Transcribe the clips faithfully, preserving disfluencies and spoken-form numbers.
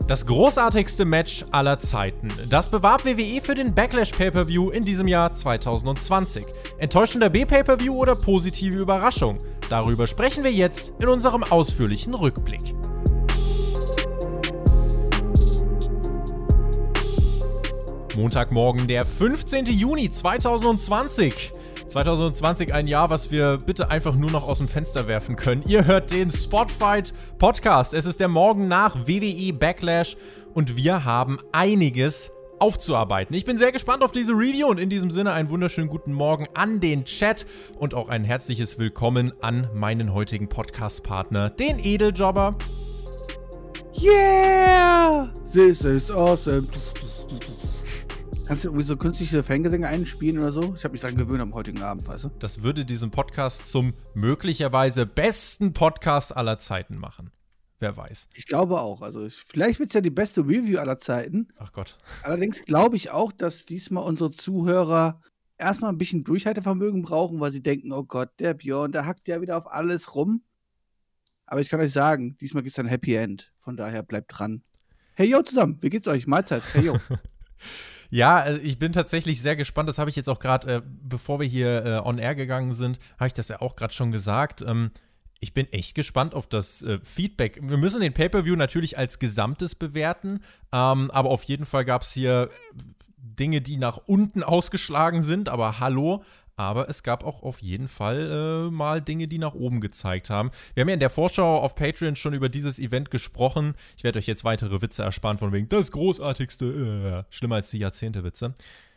Das großartigste Match aller Zeiten. Das bewarb W W E für den Backlash Pay-Per-View in diesem Jahr zwanzig zwanzig. Enttäuschender B-Pay-Per-View oder positive Überraschung? Darüber sprechen wir jetzt in unserem ausführlichen Rückblick. Montagmorgen, der fünfzehnten Juni zweitausendzwanzig. zweitausendzwanzig, ein Jahr, was wir bitte einfach nur noch aus dem Fenster werfen können. Ihr hört den Spotfight Podcast. Es ist der Morgen nach W W E Backlash und wir haben einiges aufzuarbeiten. Ich bin sehr gespannt auf diese Review und in diesem Sinne einen wunderschönen guten Morgen an den Chat und auch ein herzliches Willkommen an meinen heutigen Podcast-Partner, den Edeljobber. Yeah! This is awesome. Kannst du irgendwie so künstliche Fangesänge einspielen oder so? Ich habe mich dran gewöhnt am heutigen Abend, weißt du? Das würde diesen Podcast zum möglicherweise besten Podcast aller Zeiten machen. Wer weiß. Ich glaube auch. Also ich, vielleicht wird es ja die beste Review aller Zeiten. Ach Gott. Allerdings glaube ich auch, dass diesmal unsere Zuhörer erstmal ein bisschen Durchhaltevermögen brauchen, weil sie denken, oh Gott, der Björn, der hackt ja wieder auf alles rum. Aber ich kann euch sagen, diesmal gibt es ein Happy End. Von daher bleibt dran. Hey yo zusammen, wie geht's euch? Mahlzeit. Hey yo. Ja, ich bin tatsächlich sehr gespannt. Das habe ich jetzt auch gerade, äh, bevor wir hier äh, on air gegangen sind, habe ich das ja auch gerade schon gesagt. Ähm, ich bin echt gespannt auf das äh, Feedback. Wir müssen den Pay-Per-View natürlich als Gesamtes bewerten, ähm, aber auf jeden Fall gab es hier Dinge, die nach unten ausgeschlagen sind, aber hallo. Aber es gab auch auf jeden Fall äh, mal Dinge, die nach oben gezeigt haben. Wir haben ja in der Vorschau auf Patreon schon über dieses Event gesprochen. Ich werde euch jetzt weitere Witze ersparen von wegen das großartigste, äh, schlimmer als die Jahrzehnte-Witze.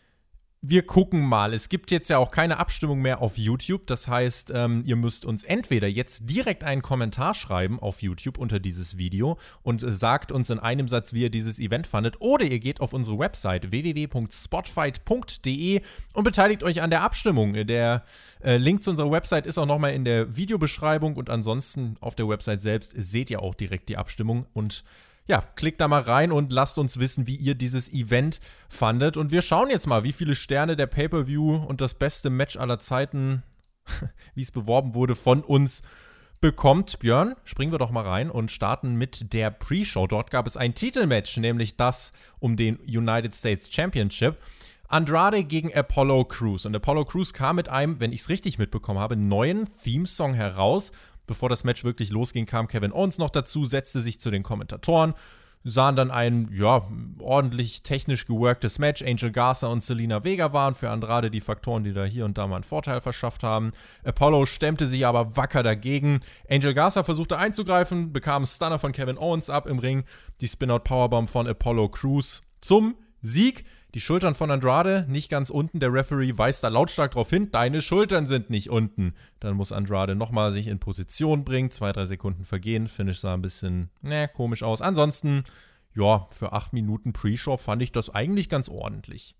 Wir gucken mal. Es gibt jetzt ja auch keine Abstimmung mehr auf YouTube. Das heißt, ähm, ihr müsst uns entweder jetzt direkt einen Kommentar schreiben auf YouTube unter dieses Video und äh, sagt uns in einem Satz, wie ihr dieses Event fandet. Oder ihr geht auf unsere Website w w w punkt spotfight punkt d e und beteiligt euch an der Abstimmung. Der äh, Link zu unserer Website ist auch nochmal in der Videobeschreibung. Und ansonsten auf der Website selbst seht ihr auch direkt die Abstimmung. Und ja, klickt da mal rein und lasst uns wissen, wie ihr dieses Event fandet. Und wir schauen jetzt mal, wie viele Sterne der Pay-Per-View und das beste Match aller Zeiten, wie es beworben wurde, von uns bekommt. Björn, springen wir doch mal rein und starten mit der Pre-Show. Dort gab es ein Titelmatch, nämlich das um den United States Championship. Andrade gegen Apollo Crews. Und Apollo Crews kam mit einem, wenn ich es richtig mitbekommen habe, neuen Theme-Song heraus. Bevor das Match wirklich losging, kam Kevin Owens noch dazu, setzte sich zu den Kommentatoren, sahen dann ein, ja, ordentlich technisch geworktes Match. Angel Garza und Zelina Vega waren für Andrade die Faktoren, die da hier und da mal einen Vorteil verschafft haben. Apollo stemmte sich aber wacker dagegen. Angel Garza versuchte einzugreifen, bekam einen Stunner von Kevin Owens ab im Ring, die Spin-Out-Powerbomb von Apollo Crews zum Sieg. Die Schultern von Andrade nicht ganz unten. Der Referee weist da lautstark darauf hin, deine Schultern sind nicht unten. Dann muss Andrade nochmal sich in Position bringen. Zwei, drei Sekunden vergehen. Finish sah ein bisschen, ne, komisch aus. Ansonsten, ja, für acht Minuten Pre-Show fand ich das eigentlich ganz ordentlich.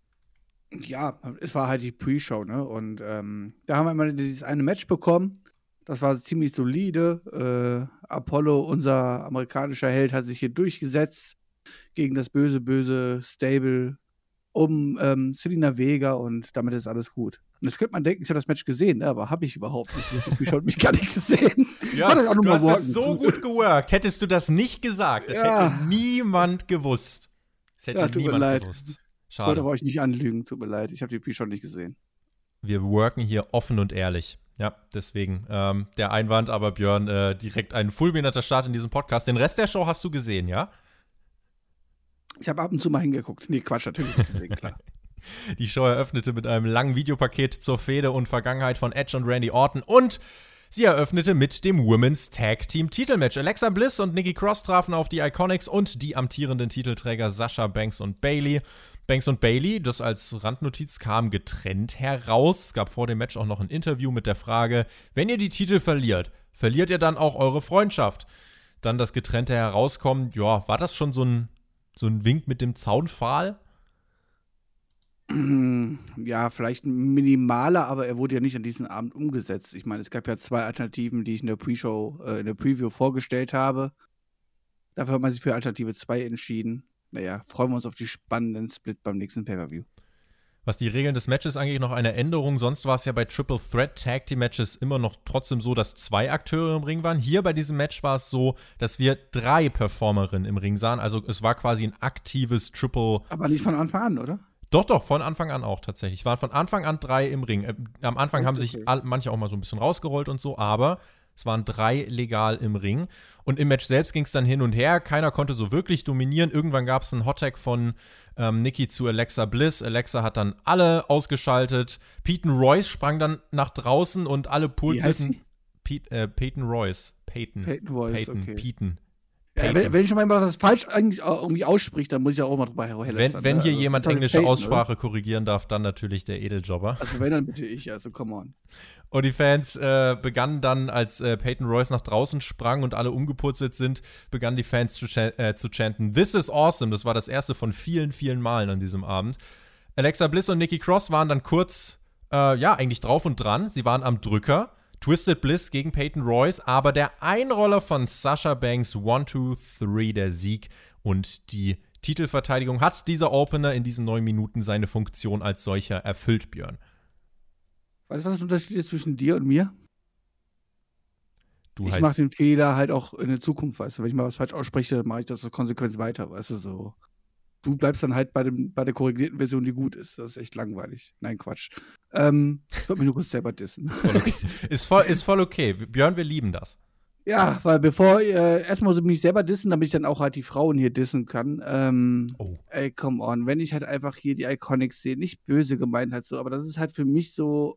Ja, es war halt die Pre-Show, ne? Und ähm, da haben wir immer dieses eine Match bekommen. Das war ziemlich solide. Äh, Apollo, unser amerikanischer Held, hat sich hier durchgesetzt gegen das böse, böse Stable um ähm, Zelina Vega und damit ist alles gut. Und jetzt könnte man denken, ich habe das Match gesehen, ne? Aber habe ich überhaupt nicht. Ich habe mich gar nicht gesehen. Ja, auch du hast es so gut geworkt. Hättest du das nicht gesagt, das ja. hätte niemand gewusst. Das hätte ja, tut niemand mir leid. gewusst. Schade. Ich wollte aber euch nicht anlügen, tut mir leid. Ich habe die Pre-Show nicht gesehen. Wir worken hier offen und ehrlich. Ja, deswegen ähm, der Einwand, aber Björn, äh, direkt ein fulminanter Start in diesem Podcast. Den Rest der Show hast du gesehen, ja? Ich habe ab und zu mal hingeguckt. Nee, Quatsch, natürlich nicht gesehen, klar. Die Show eröffnete mit einem langen Videopaket zur Fehde und Vergangenheit von Edge und Randy Orton und sie eröffnete mit dem Women's Tag Team Titelmatch. Alexa Bliss und Nikki Cross trafen auf die Iconics und die amtierenden Titelträger Sasha Banks und Bayley. Banks und Bayley, das als Randnotiz kam getrennt heraus. Es gab vor dem Match auch noch ein Interview mit der Frage, wenn ihr die Titel verliert, verliert ihr dann auch eure Freundschaft? Dann das getrennte Herauskommen, ja, war das schon so ein So ein Wink mit dem Zaunpfahl? Ja, vielleicht ein minimaler, aber er wurde ja nicht an diesem Abend umgesetzt. Ich meine, es gab ja zwei Alternativen, die ich in der Pre-Show, äh, in der Preview vorgestellt habe. Dafür hat man sich für Alternative zwei entschieden. Naja, freuen wir uns auf die spannenden Split beim nächsten Pay-Per-View. Was die Regeln des Matches angeht, noch eine Änderung. Sonst war es ja bei Triple Threat Tag Team Matches immer noch trotzdem so, dass zwei Akteure im Ring waren. Hier bei diesem Match war es so, dass wir drei Performerinnen im Ring sahen. Also es war quasi ein aktives Triple. Aber nicht von Anfang an, oder? Doch, doch, von Anfang an auch tatsächlich. Es waren von Anfang an drei im Ring. Äh, am Anfang okay. haben sich all, manche auch mal so ein bisschen rausgerollt und so, aber es waren drei legal im Ring. Und im Match selbst ging es dann hin und her. Keiner konnte so wirklich dominieren. Irgendwann gab es einen Hottag von ähm, Nikki zu Alexa Bliss. Alexa hat dann alle ausgeschaltet. Peyton Royce sprang dann nach draußen und alle pulsierten. Pete, äh, Peyton Royce. Peyton. Peyton Royce, Peyton, okay. Peyton. Ja, wenn, wenn ich schon mal was falsch eigentlich irgendwie ausspricht, dann muss ich ja auch mal drüber herlästern. Wenn, wenn ne? hier also, jemand englische Peyton, Aussprache oder? korrigieren darf, dann natürlich der Edeljobber. Also wenn, dann bitte ich, also come on. Und die Fans äh, begannen dann, als äh, Peyton Royce nach draußen sprang und alle umgepurzelt sind, begannen die Fans zu, ch- äh, zu chanten, "This is awesome." Das war das erste von vielen, vielen Malen an diesem Abend. Alexa Bliss und Nikki Cross waren dann kurz, äh, ja, eigentlich drauf und dran. Sie waren am Drücker. Twisted Bliss gegen Peyton Royce, aber der Einroller von Sasha Banks, one, two, three, der Sieg und die Titelverteidigung. Hat dieser Opener in diesen neun Minuten seine Funktion als solcher erfüllt, Björn? Weißt du, was der Unterschied ist zwischen dir und mir? Du ich heißt- mache den Fehler halt auch in der Zukunft, weißt du. Wenn ich mal was falsch ausspreche, dann mache ich das so konsequent weiter, weißt du, so. Du bleibst dann halt bei, dem, bei der korrigierten Version, die gut ist. Das ist echt langweilig. Nein, Quatsch. Ähm, ich wollte mich nur kurz selber dissen. Ist voll okay. ist, voll, ist voll okay. Björn, wir lieben das. Ja, weil bevor, äh, erstmal so mich selber dissen, damit ich dann auch halt die Frauen hier dissen kann. Ähm, Oh. Ey, come on. Wenn ich halt einfach hier die Iconics sehe, nicht böse gemeint halt so, aber das ist halt für mich so,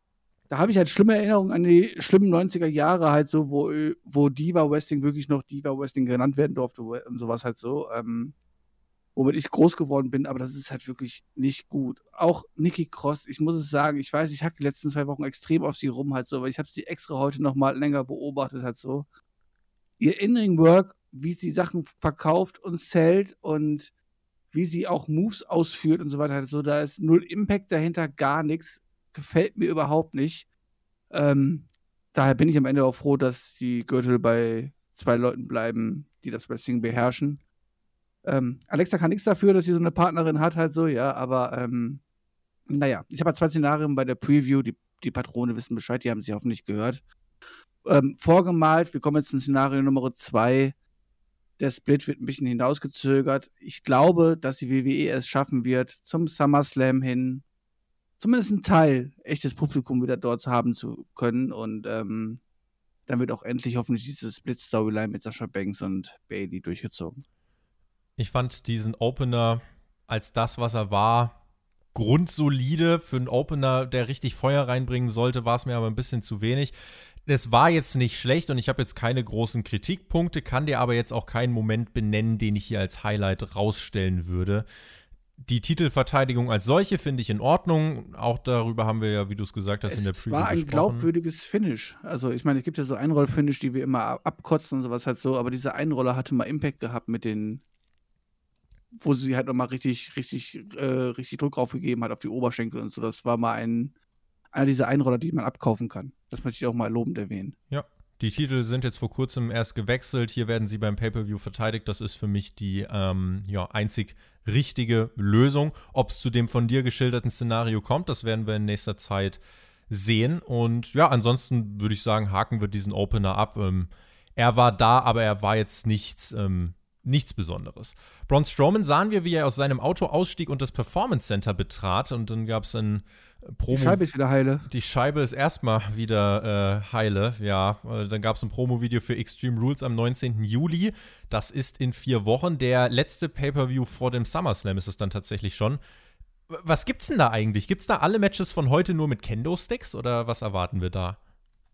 da habe ich halt schlimme Erinnerungen an die schlimmen neunziger Jahre halt so, wo, wo Diva Wrestling wirklich noch Diva Wrestling genannt werden durfte und sowas halt so. Ähm, womit ich groß geworden bin, aber das ist halt wirklich nicht gut. Auch Nikki Cross, ich muss es sagen, ich weiß, ich hacke die letzten zwei Wochen extrem auf sie rum halt so, aber ich habe sie extra heute noch mal länger beobachtet halt so. Ihr In-Ring-Work, wie sie Sachen verkauft und zählt und wie sie auch Moves ausführt und so weiter halt so, da ist null Impact dahinter, gar nichts. Gefällt mir überhaupt nicht. Ähm, daher bin ich am Ende auch froh, dass die Gürtel bei zwei Leuten bleiben, die das Wrestling beherrschen. Ähm, Alexa kann nichts dafür, dass sie so eine Partnerin hat, halt so, ja, aber ähm, naja, ich habe halt zwei Szenarien bei der Preview, die, die Patrone wissen Bescheid, die haben sie hoffentlich gehört. Ähm, vorgemalt, wir kommen jetzt zum Szenario Nummer zwei. Der Split wird ein bisschen hinausgezögert. Ich glaube, dass die W W E es schaffen wird, zum SummerSlam hin zumindest einen Teil echtes Publikum wieder dort haben zu können und ähm, dann wird auch endlich hoffentlich diese Split-Storyline mit Sasha Banks und Bayley durchgezogen. Ich fand diesen Opener als das, was er war, grundsolide. Für einen Opener, der richtig Feuer reinbringen sollte, war es mir aber ein bisschen zu wenig. Es war jetzt nicht schlecht und ich habe jetzt keine großen Kritikpunkte, kann dir aber jetzt auch keinen Moment benennen, den ich hier als Highlight rausstellen würde. Die Titelverteidigung als solche finde ich in Ordnung. Auch darüber haben wir ja, wie du es gesagt hast, es in der Preview war ein gesprochen. glaubwürdiges Finish. Also ich meine, es gibt ja so Einroll-Finish, die wir immer abkotzen und sowas halt so, aber dieser Einroller hatte mal Impact gehabt mit den, wo sie halt nochmal richtig, richtig, äh, richtig Druck draufgegeben hat auf die Oberschenkel und so. Das war mal ein, einer dieser Einroller, die man abkaufen kann. Das möchte ich auch mal lobend erwähnen. Ja, die Titel sind jetzt vor kurzem erst gewechselt. Hier werden sie beim Pay-Per-View verteidigt. Das ist für mich die ähm, ja, einzig richtige Lösung. Ob es zu dem von dir geschilderten Szenario kommt, das werden wir in nächster Zeit sehen. Und ja, ansonsten würde ich sagen, haken wir diesen Opener ab. Ähm, er war da, aber er war jetzt nichts ähm, Nichts Besonderes. Braun Strowman sahen wir, wie er aus seinem Auto ausstieg und das Performance Center betrat. Und dann gab es ein Promo. Die Scheibe ist wieder heile. Die Scheibe ist erstmal wieder äh, heile, ja. Dann gab es ein Promo-Video für Extreme Rules am neunzehnten Juli. Das ist in vier Wochen. Der letzte Pay-Per-View vor dem SummerSlam ist es dann tatsächlich schon. Was gibt's denn da eigentlich? Gibt's da alle Matches von heute nur mit Kendo-Sticks oder was erwarten wir da?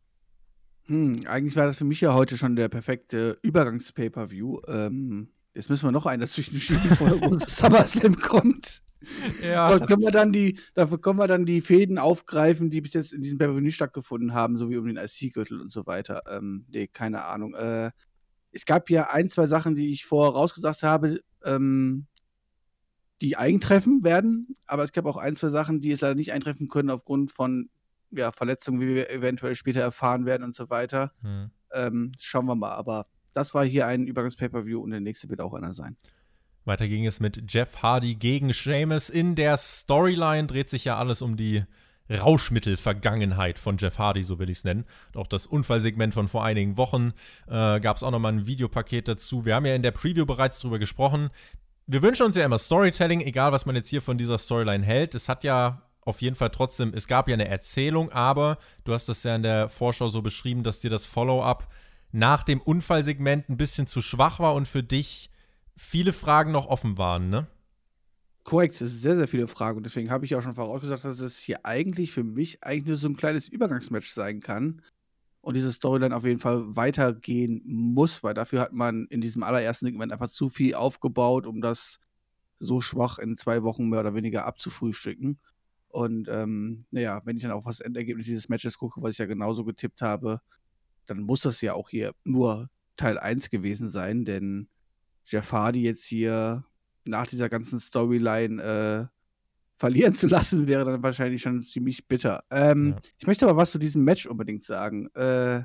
Hm, eigentlich war das für mich ja heute schon der perfekte Übergangs-Pay-Per-View. Ähm, jetzt müssen wir noch einen dazwischen schieben, bevor der große SummerSlam kommt. Ja. Aber können wir dann die, dafür können wir dann die Fäden aufgreifen, die bis jetzt in diesem Pay-Per-View nicht stattgefunden haben, so wie um den I C-Gürtel und so weiter. Ähm, nee, keine Ahnung. Äh, es gab ja ein, zwei Sachen, die ich vorher rausgesagt habe, ähm, die eintreffen werden, aber es gab auch ein, zwei Sachen, die es leider nicht eintreffen können aufgrund von ja, Verletzungen, wie wir eventuell später erfahren werden und so weiter. Hm. Ähm, schauen wir mal, aber das war hier ein Übergangs-Pay-Per-View und der nächste wird auch einer sein. Weiter ging es mit Jeff Hardy gegen Sheamus. In der Storyline dreht sich ja alles um die Rauschmittel-Vergangenheit von Jeff Hardy, so will ich es nennen. Und auch das Unfallsegment von vor einigen Wochen äh, gab es auch nochmal ein Videopaket dazu. Wir haben ja in der Preview bereits drüber gesprochen. Wir wünschen uns ja immer Storytelling, egal was man jetzt hier von dieser Storyline hält. Es hat ja auf jeden Fall trotzdem, es gab ja eine Erzählung, aber du hast das ja in der Vorschau so beschrieben, dass dir das Follow-up nach dem Unfallsegment ein bisschen zu schwach war und für dich viele Fragen noch offen waren, ne? Korrekt, es sind sehr, sehr viele Fragen. Und deswegen habe ich auch schon vorausgesagt, dass es hier eigentlich für mich eigentlich nur so ein kleines Übergangsmatch sein kann. Und diese Storyline auf jeden Fall weitergehen muss, weil dafür hat man in diesem allerersten Segment einfach zu viel aufgebaut, um das so schwach in zwei Wochen mehr oder weniger abzufrühstücken. Und ähm, naja, wenn ich dann auf das Endergebnis dieses Matches gucke, was ich ja genauso getippt habe, dann muss das ja auch hier nur Teil eins gewesen sein, denn Jeff Hardy jetzt hier nach dieser ganzen Storyline äh, verlieren zu lassen, wäre dann wahrscheinlich schon ziemlich bitter. Ähm, Ja. Ich möchte aber was zu diesem Match unbedingt sagen. Äh,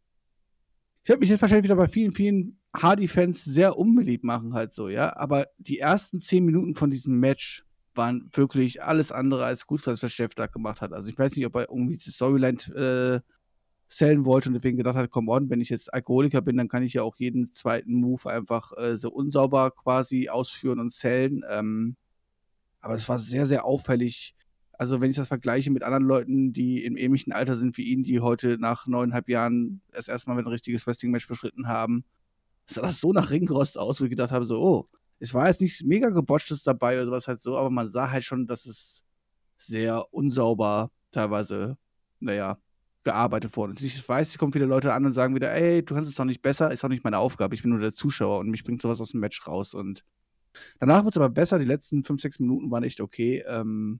ich werde mich jetzt wahrscheinlich wieder bei vielen, vielen Hardy-Fans sehr unbeliebt machen, halt so, ja. Aber die ersten zehn Minuten von diesem Match waren wirklich alles andere als gut, was der Chef da gemacht hat. Also ich weiß nicht, ob er irgendwie die Storyline äh, sellen wollte und deswegen gedacht hat, come on, wenn ich jetzt Alkoholiker bin, dann kann ich ja auch jeden zweiten Move einfach äh, so unsauber quasi ausführen und sellen. Ähm, aber es war sehr, sehr auffällig. Also wenn ich das vergleiche mit anderen Leuten, die im ähnlichen Alter sind wie ihn, die heute nach neuneinhalb Jahren erst erstmal ein richtiges Wrestling-Match beschritten haben, sah das so nach Ringrost aus, wo ich gedacht habe, so, oh, es war jetzt nichts mega Gebotchtes dabei oder sowas halt so, aber man sah halt schon, dass es sehr unsauber teilweise, naja, gearbeitet worden ist. Ich weiß, es kommen viele Leute an und sagen wieder, ey, du kannst es doch nicht besser, ist doch nicht meine Aufgabe, ich bin nur der Zuschauer und mich bringt sowas aus dem Match raus. Und danach wird es aber besser, die letzten fünf, sechs Minuten waren echt okay. Ähm,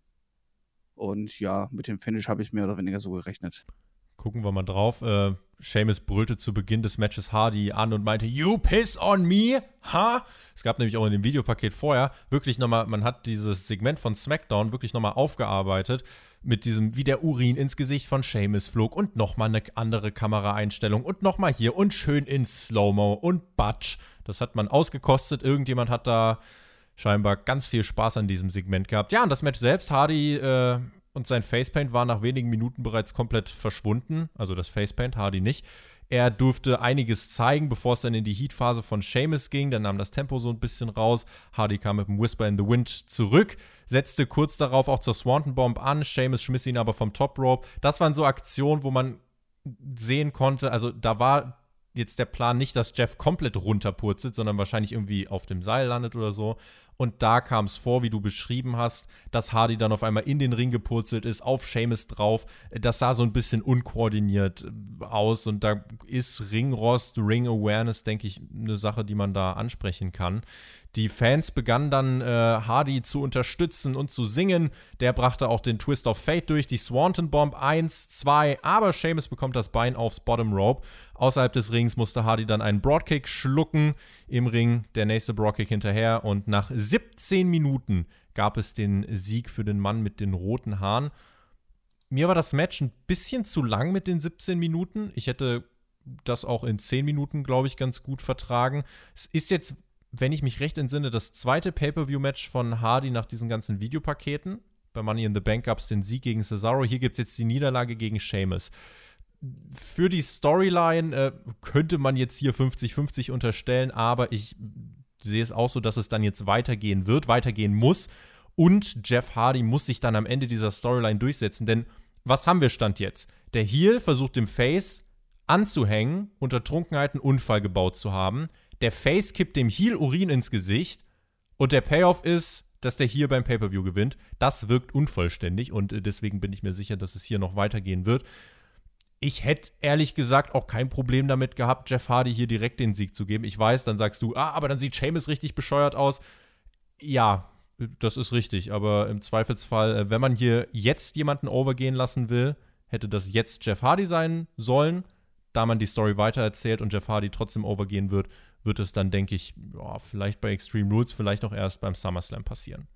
und ja, mit dem Finish habe ich mehr oder weniger so gerechnet. Gucken wir mal drauf. Äh, Sheamus brüllte zu Beginn des Matches Hardy an und meinte, you piss on me, huh? Es gab nämlich auch in dem Videopaket vorher wirklich nochmal, man hat dieses Segment von SmackDown wirklich nochmal aufgearbeitet mit diesem, wie der Urin ins Gesicht von Sheamus flog und nochmal eine andere Kameraeinstellung und nochmal hier und schön in Slow-Mo und Batsch. Das hat man ausgekostet. Irgendjemand hat da scheinbar ganz viel Spaß an diesem Segment gehabt. Ja, und das Match selbst, Hardy äh, und sein Facepaint war nach wenigen Minuten bereits komplett verschwunden. Also das Facepaint, Hardy nicht. Er durfte einiges zeigen, bevor es dann in die Heat-Phase von Sheamus ging. Dann nahm das Tempo so ein bisschen raus. Hardy kam mit dem Whisper in the Wind zurück, setzte kurz darauf auch zur Swanton Bomb an. Sheamus schmiss ihn aber vom Top Rope. Das waren so Aktionen, wo man sehen konnte, also da war jetzt der Plan nicht, dass Jeff komplett runterpurzelt, sondern wahrscheinlich irgendwie auf dem Seil landet oder so. Und da kam es vor, wie du beschrieben hast, dass Hardy dann auf einmal in den Ring gepurzelt ist, auf Sheamus drauf. Das sah so ein bisschen unkoordiniert aus. Und da ist Ringrost, Ring Awareness, denke ich, eine Sache, die man da ansprechen kann. Die Fans begannen dann äh, Hardy zu unterstützen und zu singen. Der brachte auch den Twist of Fate durch, die Swanton Bomb eins, zwei, aber Sheamus bekommt das Bein aufs Bottom Rope. Außerhalb des Rings musste Hardy dann einen Broadkick schlucken. Im Ring der nächste Broadkick hinterher und nach siebzehn Minuten gab es den Sieg für den Mann mit den roten Haaren. Mir war das Match ein bisschen zu lang mit den siebzehn Minuten. Ich hätte das auch in zehn Minuten, glaube ich, ganz gut vertragen. Es ist jetzt, wenn ich mich recht entsinne, das zweite Pay-Per-View-Match von Hardy nach diesen ganzen Videopaketen. Bei Money in the Bank gab es den Sieg gegen Cesaro. Hier gibt es jetzt die Niederlage gegen Sheamus. Für die Storyline äh, könnte man jetzt hier fünfzig fünfzig unterstellen, aber ich sehe es auch so, dass es dann jetzt weitergehen wird, weitergehen muss. Und Jeff Hardy muss sich dann am Ende dieser Storyline durchsetzen. Denn was haben wir Stand jetzt? Der Heel versucht dem Face anzuhängen, unter Trunkenheit einen Unfall gebaut zu haben. Der Face kippt dem Heel Urin ins Gesicht und der Payoff ist, dass der Heel beim Pay-Per-View gewinnt. Das wirkt unvollständig und deswegen bin ich mir sicher, dass es hier noch weitergehen wird. Ich hätte ehrlich gesagt auch kein Problem damit gehabt, Jeff Hardy hier direkt den Sieg zu geben. Ich weiß, dann sagst du, ah, aber dann sieht Sheamus richtig bescheuert aus. Ja, das ist richtig, aber im Zweifelsfall, wenn man hier jetzt jemanden overgehen lassen will, hätte das jetzt Jeff Hardy sein sollen. Da man die Story weitererzählt und Jeff Hardy trotzdem overgehen wird, wird es dann, denke ich, ja, vielleicht bei Extreme Rules, vielleicht auch erst beim SummerSlam passieren.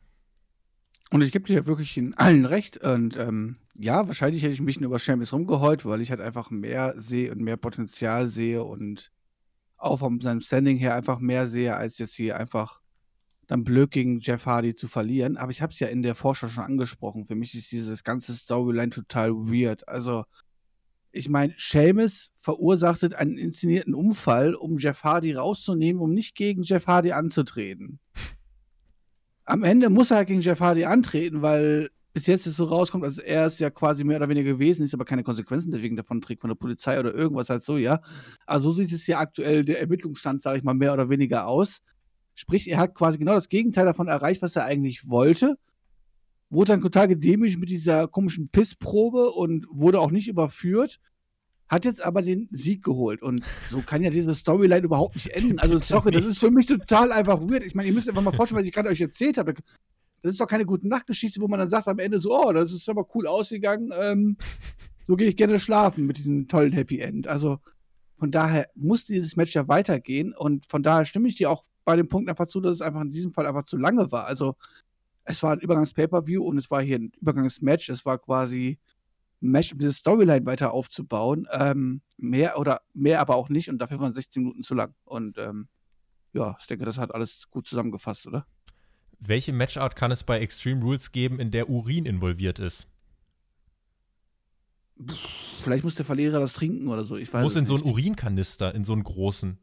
Und ich gebe dir wirklich in allen recht. Und ähm, ja, wahrscheinlich hätte ich ein bisschen über Sheamus rumgeheult, weil ich halt einfach mehr sehe und mehr Potenzial sehe und auch von seinem Standing her einfach mehr sehe, als jetzt hier einfach dann blöd gegen Jeff Hardy zu verlieren. Aber ich habe es ja in der Vorschau schon angesprochen. Für mich ist dieses ganze Storyline total weird. Also, ich meine, Sheamus verursachte einen inszenierten Unfall, um Jeff Hardy rauszunehmen, um nicht gegen Jeff Hardy anzutreten. Am Ende muss er halt gegen Jeff Hardy antreten, weil bis jetzt es so rauskommt, als er es ja quasi mehr oder weniger gewesen ist, aber keine Konsequenzen deswegen davon trägt von der Polizei oder irgendwas halt so, ja. Also so sieht es ja aktuell der Ermittlungsstand, sage ich mal, mehr oder weniger aus. Sprich, er hat quasi genau das Gegenteil davon erreicht, was er eigentlich wollte. Wurde dann total gedemütigt mit dieser komischen Pissprobe und wurde auch nicht überführt. Hat jetzt aber den Sieg geholt. Und so kann ja diese Storyline überhaupt nicht enden. Also, sorry, das ist für mich total einfach weird. Ich meine, ihr müsst einfach mal vorstellen, was ich gerade euch erzählt habe. Das ist doch keine gute Nachtgeschichte, wo man dann sagt am Ende so, oh, das ist aber cool ausgegangen. Ähm, so gehe ich gerne schlafen mit diesem tollen Happy End. Also, von daher muss dieses Match ja weitergehen. Und von daher stimme ich dir auch bei dem Punkt einfach zu, dass es einfach in diesem Fall einfach zu lange war. Also, es war ein Übergangs-Pay-Per-View und es war hier ein Übergangs-Match. Es war quasi ein Match, um diese Storyline weiter aufzubauen. Ähm, mehr oder mehr aber auch nicht und dafür waren sechzehn Minuten zu lang. Und ähm, ja, ich denke, das hat alles gut zusammengefasst, oder? Welche Matchart kann es bei Extreme Rules geben, in der Urin involviert ist? Pff, vielleicht muss der Verlierer das trinken oder so. Ich weiß Muss es in so einen nicht. Urinkanister, in so einen großen.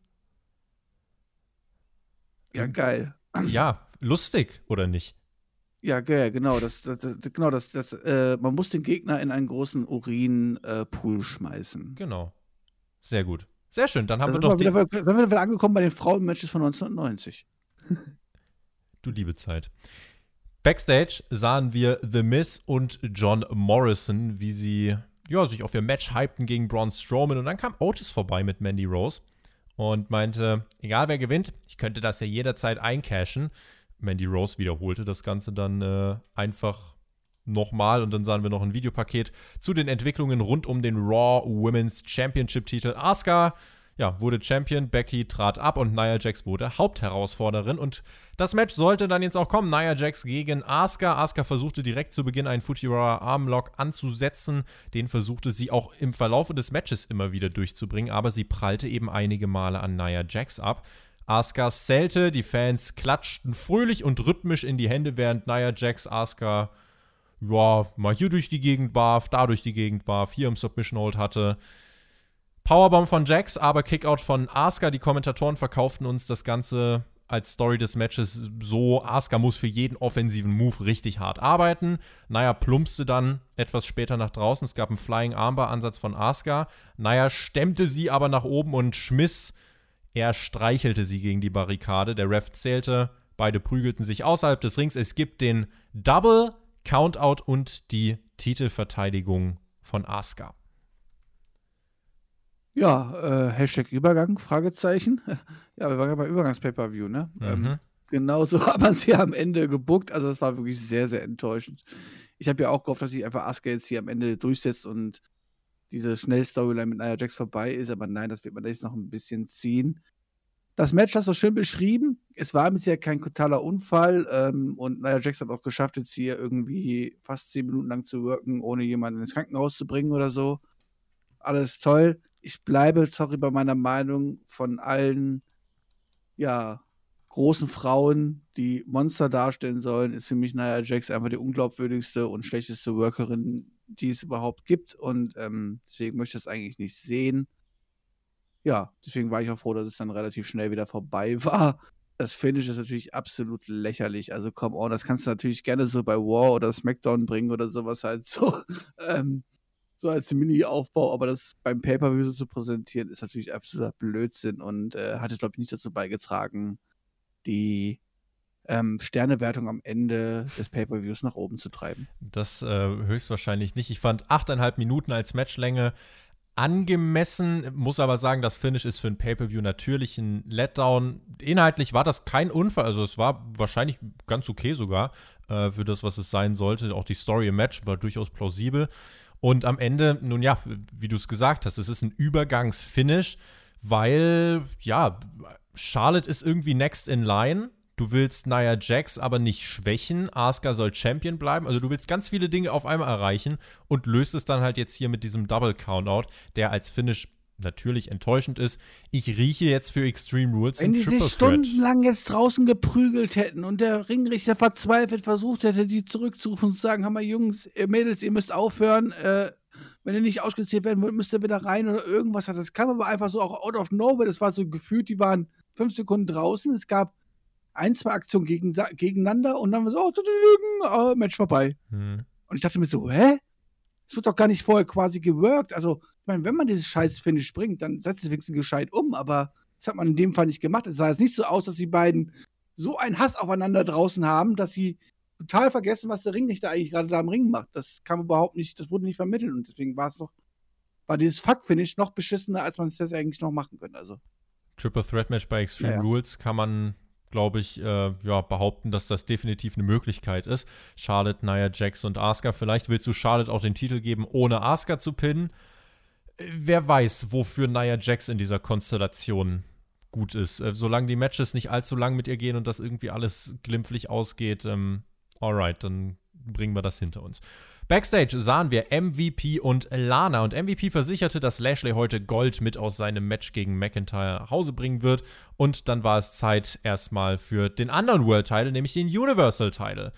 Ja, geil. Ja, lustig, oder nicht? Ja, geil, genau. Das, das, das, genau das, das, äh, man muss den Gegner in einen großen Urin-Pool äh, schmeißen. Genau. Sehr gut. Sehr schön, dann haben Da wir sind doch wir die... wieder, dann sind wir wieder angekommen bei den Frauen-Matches von neunzehnhundertneunzig. Du liebe Zeit. Backstage sahen wir The Miz und John Morrison, wie sie ja, sich auf ihr Match hypten gegen Braun Strowman. Und dann kam Otis vorbei mit Mandy Rose und meinte, egal wer gewinnt, ich könnte das ja jederzeit eincashen. Mandy Rose wiederholte das Ganze dann äh, einfach nochmal und dann sahen wir noch ein Videopaket zu den Entwicklungen rund um den Raw Women's Championship-Titel. Asuka, ja, wurde Champion, Becky trat ab und Nia Jax wurde Hauptherausforderin und das Match sollte dann jetzt auch kommen. Nia Jax gegen Asuka. Asuka versuchte direkt zu Beginn einen Fujiwara Armlock anzusetzen. Den versuchte sie auch im Verlauf des Matches immer wieder durchzubringen, aber sie prallte eben einige Male an Nia Jax ab. Asuka zählte, die Fans klatschten fröhlich und rhythmisch in die Hände, während Nia Jax Asuka ja, mal hier durch die Gegend warf, da durch die Gegend warf, hier im Submission Hold hatte. Powerbomb von Jax, aber Kickout von Asuka. Die Kommentatoren verkauften uns das Ganze als Story des Matches so, Asuka muss für jeden offensiven Move richtig hart arbeiten. Nia plumpste dann etwas später nach draußen. Es gab einen Flying Armbar-Ansatz von Asuka. Nia stemmte sie aber nach oben und schmiss. Er streichelte sie gegen die Barrikade. Der Ref zählte. Beide prügelten sich außerhalb des Rings. Es gibt den Double Countout und die Titelverteidigung von Asuka. Ja, äh, Hashtag Übergang, Fragezeichen. Ja, wir waren ja bei Übergangs-Pay-Per-View, ne? Mhm. Ähm, genauso hat man sie am Ende gebuckt. Also das war wirklich sehr, sehr enttäuschend. Ich habe ja auch gehofft, dass sich einfach Asuka jetzt hier am Ende durchsetzt und diese Schnell-Storyline mit Nia Jax vorbei ist. Aber nein, das wird man jetzt noch ein bisschen ziehen. Das Match hast du schön beschrieben. Es war mit ja kein totaler Unfall. Ähm, und Nia Jax hat auch geschafft, jetzt hier irgendwie fast zehn Minuten lang zu worken, ohne jemanden ins Krankenhaus zu bringen oder so. Alles toll. Ich bleibe, sorry, bei meiner Meinung von allen, ja, großen Frauen, die Monster darstellen sollen, ist für mich Nia Jax einfach die unglaubwürdigste und schlechteste Workerin, die es überhaupt gibt. Und ähm, deswegen möchte ich das eigentlich nicht sehen. Ja, deswegen war ich auch froh, dass es dann relativ schnell wieder vorbei war. Das Finish ist natürlich absolut lächerlich. Also, come on, das kannst du natürlich gerne so bei Raw oder SmackDown bringen oder sowas halt so. ähm, so als Mini-Aufbau, aber das beim Pay-Per-View so zu präsentieren, ist natürlich absoluter Blödsinn und äh, hat es, glaube ich, nicht dazu beigetragen, die ähm, Sternewertung am Ende des Pay-Per-Views nach oben zu treiben. Das äh, höchstwahrscheinlich nicht. Ich fand achteinhalb Minuten als Matchlänge angemessen, muss aber sagen, das Finish ist für ein Pay-Per-View natürlich ein Letdown. Inhaltlich war das kein Unfall, also es war wahrscheinlich ganz okay sogar äh, für das, was es sein sollte. Auch die Story im Match war durchaus plausibel. Und am Ende, nun ja, wie du es gesagt hast, es ist ein Übergangsfinish, weil, ja, Charlotte ist irgendwie next in line. Du willst Nia Jax aber nicht schwächen. Asuka soll Champion bleiben. Also du willst ganz viele Dinge auf einmal erreichen und löst es dann halt jetzt hier mit diesem Double Countout, der als Finish natürlich enttäuschend ist. Ich rieche jetzt für Extreme Rules Wenn ein die Triple sich Threat. stundenlang jetzt draußen geprügelt hätten und der Ringrichter verzweifelt versucht hätte, die zurückzurufen und zu sagen, hör mal Jungs, ihr Mädels, ihr müsst aufhören, äh, wenn ihr nicht ausgezählt werden wollt, müsst ihr wieder rein oder irgendwas hat. Das kam aber einfach so auch out of nowhere, das war so gefühlt, die waren fünf Sekunden draußen, es gab ein, zwei Aktionen gegen, gegeneinander und dann war so, oh, oh, Match vorbei. Hm. Und ich dachte mir so, hä? Das wird doch gar nicht vorher quasi geworkt. Also, ich meine, wenn man dieses scheiß Finish bringt, dann setzt es wenigstens gescheit um, aber das hat man in dem Fall nicht gemacht. Es sah jetzt nicht so aus, dass die beiden so einen Hass aufeinander draußen haben, dass sie total vergessen, was der Ringrichter eigentlich gerade da im Ring macht. Das kam überhaupt nicht, das wurde nicht vermittelt und deswegen war es doch, war dieses Fuck-Finish noch beschissener, als man es hätte eigentlich noch machen können. Also. Triple Threat Match bei Extreme Ja, ja. Rules kann man, glaube ich, äh, ja, behaupten, dass das definitiv eine Möglichkeit ist. Charlotte, Nia Jax und Asuka. Vielleicht willst du Charlotte auch den Titel geben, ohne Asuka zu pinnen. Äh, Wer weiß, wofür Nia Jax in dieser Konstellation gut ist. Äh, solange die Matches nicht allzu lang mit ihr gehen und das irgendwie alles glimpflich ausgeht, ähm, alright, dann bringen wir das hinter uns. Backstage sahen wir M V P und Lana und M V P versicherte, dass Lashley heute Gold mit aus seinem Match gegen McIntyre nach Hause bringen wird und dann war es Zeit erstmal für den anderen World Title, nämlich den Universal Title,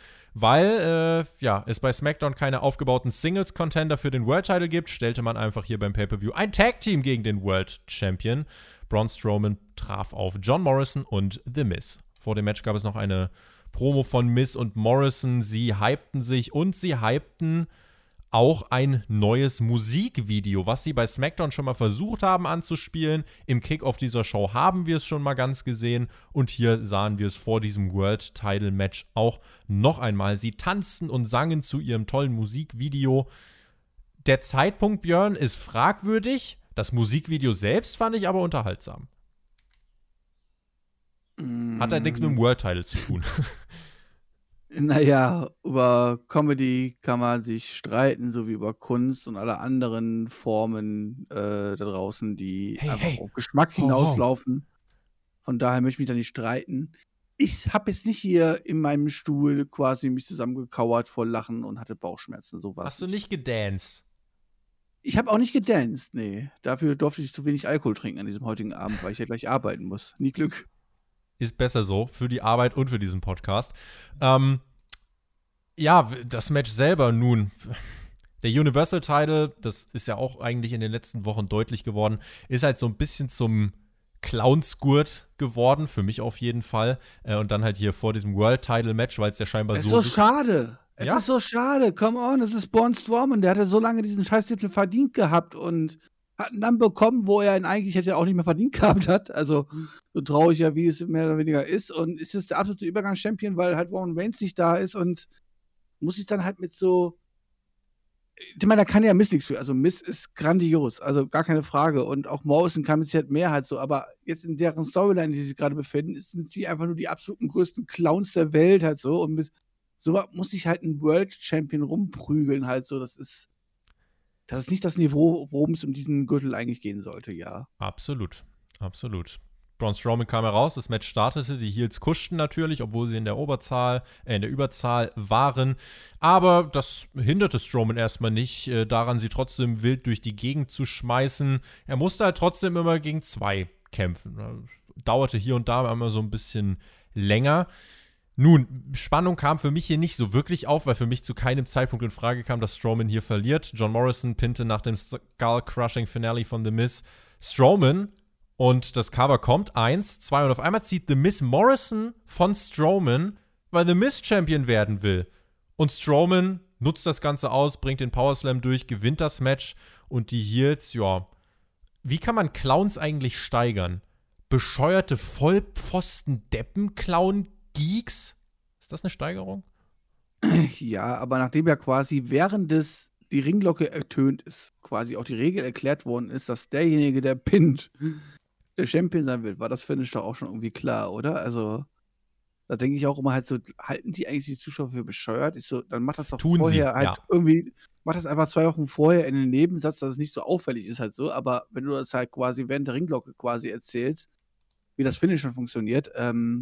weil äh, ja, es bei SmackDown keine aufgebauten Singles Contender für den World Title gibt, stellte man einfach hier beim Pay-Per-View ein Tag Team gegen den World Champion. Braun Strowman traf auf John Morrison und The Miz. Vor dem Match gab es noch eine Promo von Miz und Morrison. Sie hypten sich und sie hypten auch ein neues Musikvideo, was sie bei SmackDown schon mal versucht haben anzuspielen. Im Kickoff dieser Show haben wir es schon mal ganz gesehen und hier sahen wir es vor diesem World Title Match auch noch einmal. Sie tanzten und sangen zu ihrem tollen Musikvideo. Der Zeitpunkt, Björn, ist fragwürdig. Das Musikvideo selbst fand ich aber unterhaltsam. Hat halt nichts mit dem World Title zu tun. Naja, über Comedy kann man sich streiten, so wie über Kunst und alle anderen Formen äh, da draußen, die Hey, einfach hey. auf Geschmack Ho, ho. hinauslaufen. Von daher möchte ich mich da nicht streiten. Ich habe jetzt nicht hier in meinem Stuhl quasi mich zusammengekauert vor Lachen und hatte Bauchschmerzen. So Hast du nicht gedanced? Ich habe auch nicht gedanced, nee. Dafür durfte ich zu wenig Alkohol trinken an diesem heutigen Abend, weil ich ja gleich arbeiten muss. Nie Glück. Ist besser so, für die Arbeit und für diesen Podcast. Ähm, ja, das Match selber nun. Der Universal Title, das ist ja auch eigentlich in den letzten Wochen deutlich geworden, ist halt so ein bisschen zum Clownsgurt geworden, für mich auf jeden Fall. Äh, und dann halt hier vor diesem World Title Match, weil es ja scheinbar Es ist so. so schade. Es Ja? ist so schade. Come on, es ist Braun Strowman. Der hatte so lange diesen Scheißtitel verdient gehabt und hat ihn dann bekommen, wo er ihn eigentlich hätte auch nicht mehr verdient gehabt hat. Also so traurig ja, wie es mehr oder weniger ist. Und ist es der absolute Übergangschampion, weil halt Roman Reigns nicht da ist und muss sich dann halt mit so. Ich meine, da kann ja Miss nichts für. Also Miss ist grandios, also gar keine Frage. Und auch Morrison kann mit Sicherheit mehr halt so. Aber jetzt in deren Storyline, die sich gerade befinden, sind die einfach nur die absoluten größten Clowns der Welt halt so. Und mit so muss sich halt ein World Champion rumprügeln halt so. Das ist das ist nicht das Niveau, worum es um diesen Gürtel eigentlich gehen sollte, ja. Absolut, absolut. Braun Strowman kam heraus, das Match startete, die Heels kuschten natürlich, obwohl sie in der Oberzahl, äh, in der Überzahl waren. Aber das hinderte Strowman erstmal nicht, äh, daran sie trotzdem wild durch die Gegend zu schmeißen. Er musste halt trotzdem immer gegen zwei kämpfen. Dauerte hier und da immer so ein bisschen länger. Nun, Spannung kam für mich hier nicht so wirklich auf, weil für mich zu keinem Zeitpunkt in Frage kam, dass Strowman hier verliert. John Morrison pinte nach dem Skull-Crushing-Finale von The Miz Strowman und das Cover kommt, eins, zwei und auf einmal zieht The Miz Morrison von Strowman, weil The Miz Champion werden will. Und Strowman nutzt das Ganze aus, bringt den Powerslam durch, gewinnt das Match und die Heels, ja, wie kann man Clowns eigentlich steigern? Bescheuerte Vollpfosten-Deppen-Clown Geeks? Ist das eine Steigerung? Ja, aber nachdem ja quasi während des die Ringglocke ertönt ist, quasi auch die Regel erklärt worden ist, dass derjenige, der pinnt, der Champion sein wird, war das Finish doch auch schon irgendwie klar, oder? Also, da denke ich auch immer halt so, halten die eigentlich die Zuschauer für bescheuert? Ich so, dann macht das doch Tun vorher sie, halt ja. irgendwie, macht das einfach zwei Wochen vorher in den Nebensatz, dass es nicht so auffällig ist halt so, aber wenn du das halt quasi während der Ringglocke quasi erzählst, wie das Finish schon funktioniert, ähm,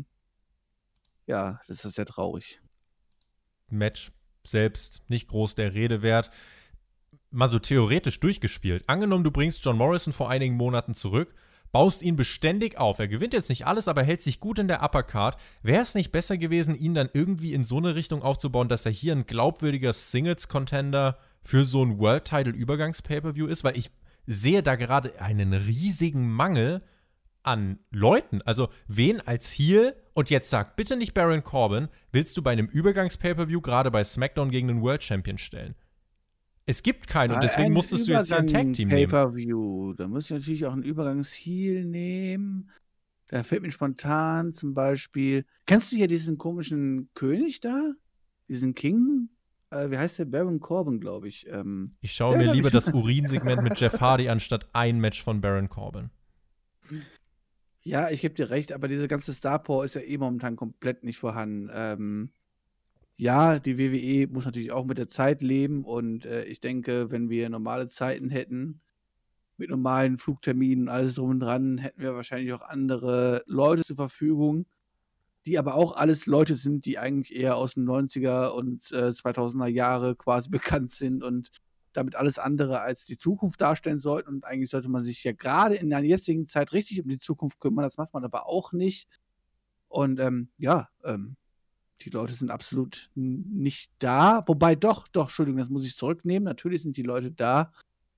ja, das ist sehr traurig. Match selbst nicht groß der Rede wert. mal so theoretisch durchgespielt. Angenommen, du bringst John Morrison vor einigen Monaten zurück, baust ihn beständig auf. Er gewinnt jetzt nicht alles, aber hält sich gut in der Uppercard. Wäre es nicht besser gewesen, ihn dann irgendwie in so eine Richtung aufzubauen, dass er hier ein glaubwürdiger Singles-Contender für so ein World-Title-Übergangs-Pay-Per-View ist? Weil ich sehe da gerade einen riesigen Mangel an Leuten. Also wen als Heel, und jetzt sag bitte nicht Baron Corbin, willst du bei einem Übergangs-Pay-Per-View gerade bei SmackDown gegen den World Champion stellen? Es gibt keinen und deswegen Ein musstest du jetzt hier ein Tag-Team nehmen. Pay-Per-View. Da muss ich natürlich auch einen Übergangs-Heel nehmen. Da fällt mir spontan zum Beispiel. Kennst du hier diesen komischen König da? Diesen King? Äh, wie heißt der? Baron Corbin, glaube ich. Ähm, ich schaue mir lieber das Urinsegment mit Jeff Hardy anstatt ein Match von Baron Corbin. Ja, ich gebe dir recht, aber diese ganze Star Power ist ja eh momentan komplett nicht vorhanden. Ähm, ja, die W W E muss natürlich auch mit der Zeit leben und äh, ich denke, wenn wir normale Zeiten hätten, mit normalen Flugterminen, alles drum und dran, hätten wir wahrscheinlich auch andere Leute zur Verfügung, die aber auch alles Leute sind, die eigentlich eher aus den neunziger und äh, zweitausender Jahre quasi bekannt sind und damit alles andere als die Zukunft darstellen sollten. Und eigentlich sollte man sich ja gerade in der jetzigen Zeit richtig um die Zukunft kümmern. Das macht man aber auch nicht. Und ähm, ja, ähm, die Leute sind absolut n- nicht da. Wobei doch, doch, Entschuldigung, das muss ich zurücknehmen. Natürlich sind die Leute da.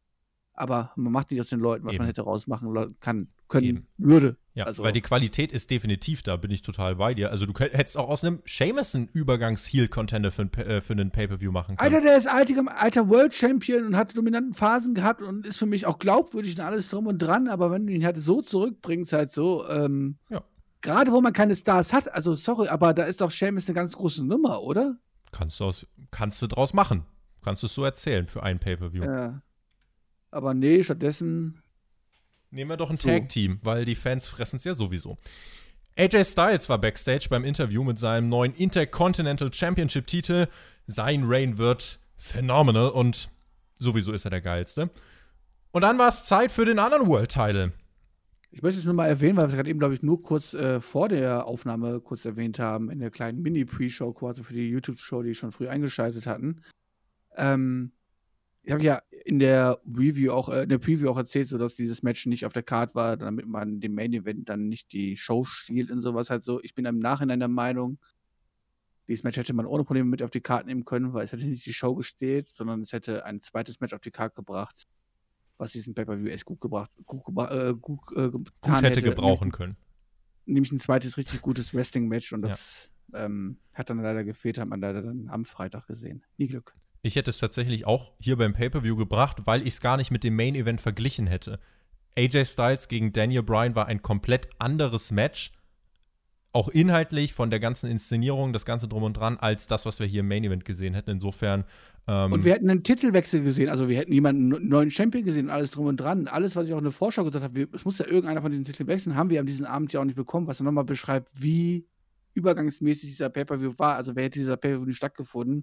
Aber man macht nicht aus den Leuten, was Eben. man hätte rausmachen le- kann, können, Eben. würde. Ja, Also, weil die Qualität ist definitiv da, bin ich total bei dir. Also du könnt- hättest auch aus einem Sheamus-Übergangs-Heel-Contender für, ein Pa- äh, für einen Pay-Per-View machen können. Alter, der ist alter, alter World Champion und hat dominanten Phasen gehabt und ist für mich auch glaubwürdig und alles drum und dran, aber wenn du ihn halt so zurückbringst, halt so, ähm, Ja. gerade wo man keine Stars hat, also sorry, aber da ist doch Sheamus eine ganz große Nummer, oder? Kannst du, aus, kannst du draus machen. Kannst du es so erzählen für ein Pay-Per-View. Ja. Aber nee, stattdessen. Nehmen wir doch ein So. Tag-Team, weil die Fans fressen es ja sowieso. A J Styles war backstage beim Interview mit seinem neuen Intercontinental Championship-Titel. Sein Reign wird phenomenal und sowieso ist er der Geilste. Und dann war es Zeit für den anderen World-Title. Ich möchte es nur mal erwähnen, weil wir es gerade eben, glaube ich, nur kurz äh, vor der Aufnahme kurz erwähnt haben, in der kleinen Mini-Pre-Show quasi für die YouTube-Show, die schon früh eingeschaltet hatten. Ähm, ich habe ja in der Review auch, äh, in der Preview auch erzählt, so dass dieses Match nicht auf der Card war, damit man dem Main Event dann nicht die Show stiehlt und sowas halt so. Ich bin im Nachhinein der Meinung, dieses Match hätte man ohne Probleme mit auf die Card nehmen können, weil es hätte nicht die Show gestellt, sondern es hätte ein zweites Match auf die Card gebracht, was diesen Pay-Per-View echt gut gebracht, gut, gebra äh, gut, äh, Gut getan hätte gebrauchen können. Nämlich ein zweites richtig gutes Wrestling-Match und das ähm, hat dann leider gefehlt, hat man leider dann am Freitag gesehen. Nie Glück. Ich hätte es tatsächlich auch hier beim Pay-Per-View gebracht, weil ich es gar nicht mit dem Main-Event verglichen hätte. A J Styles gegen Daniel Bryan war ein komplett anderes Match, auch inhaltlich von der ganzen Inszenierung, das Ganze drum und dran, als das, was wir hier im Main-Event gesehen hätten. Insofern ähm, Und wir hätten einen Titelwechsel gesehen, also wir hätten jemanden einen neuen Champion gesehen und alles drum und dran. Alles, was ich auch in der Vorschau gesagt habe, wir, es muss ja irgendeiner von diesen Titeln wechseln, haben wir an diesem Abend ja auch nicht bekommen, was dann nochmal beschreibt, wie übergangsmäßig dieser Pay-Per-View war. Also wer hätte dieser Pay-Per-View nicht stattgefunden?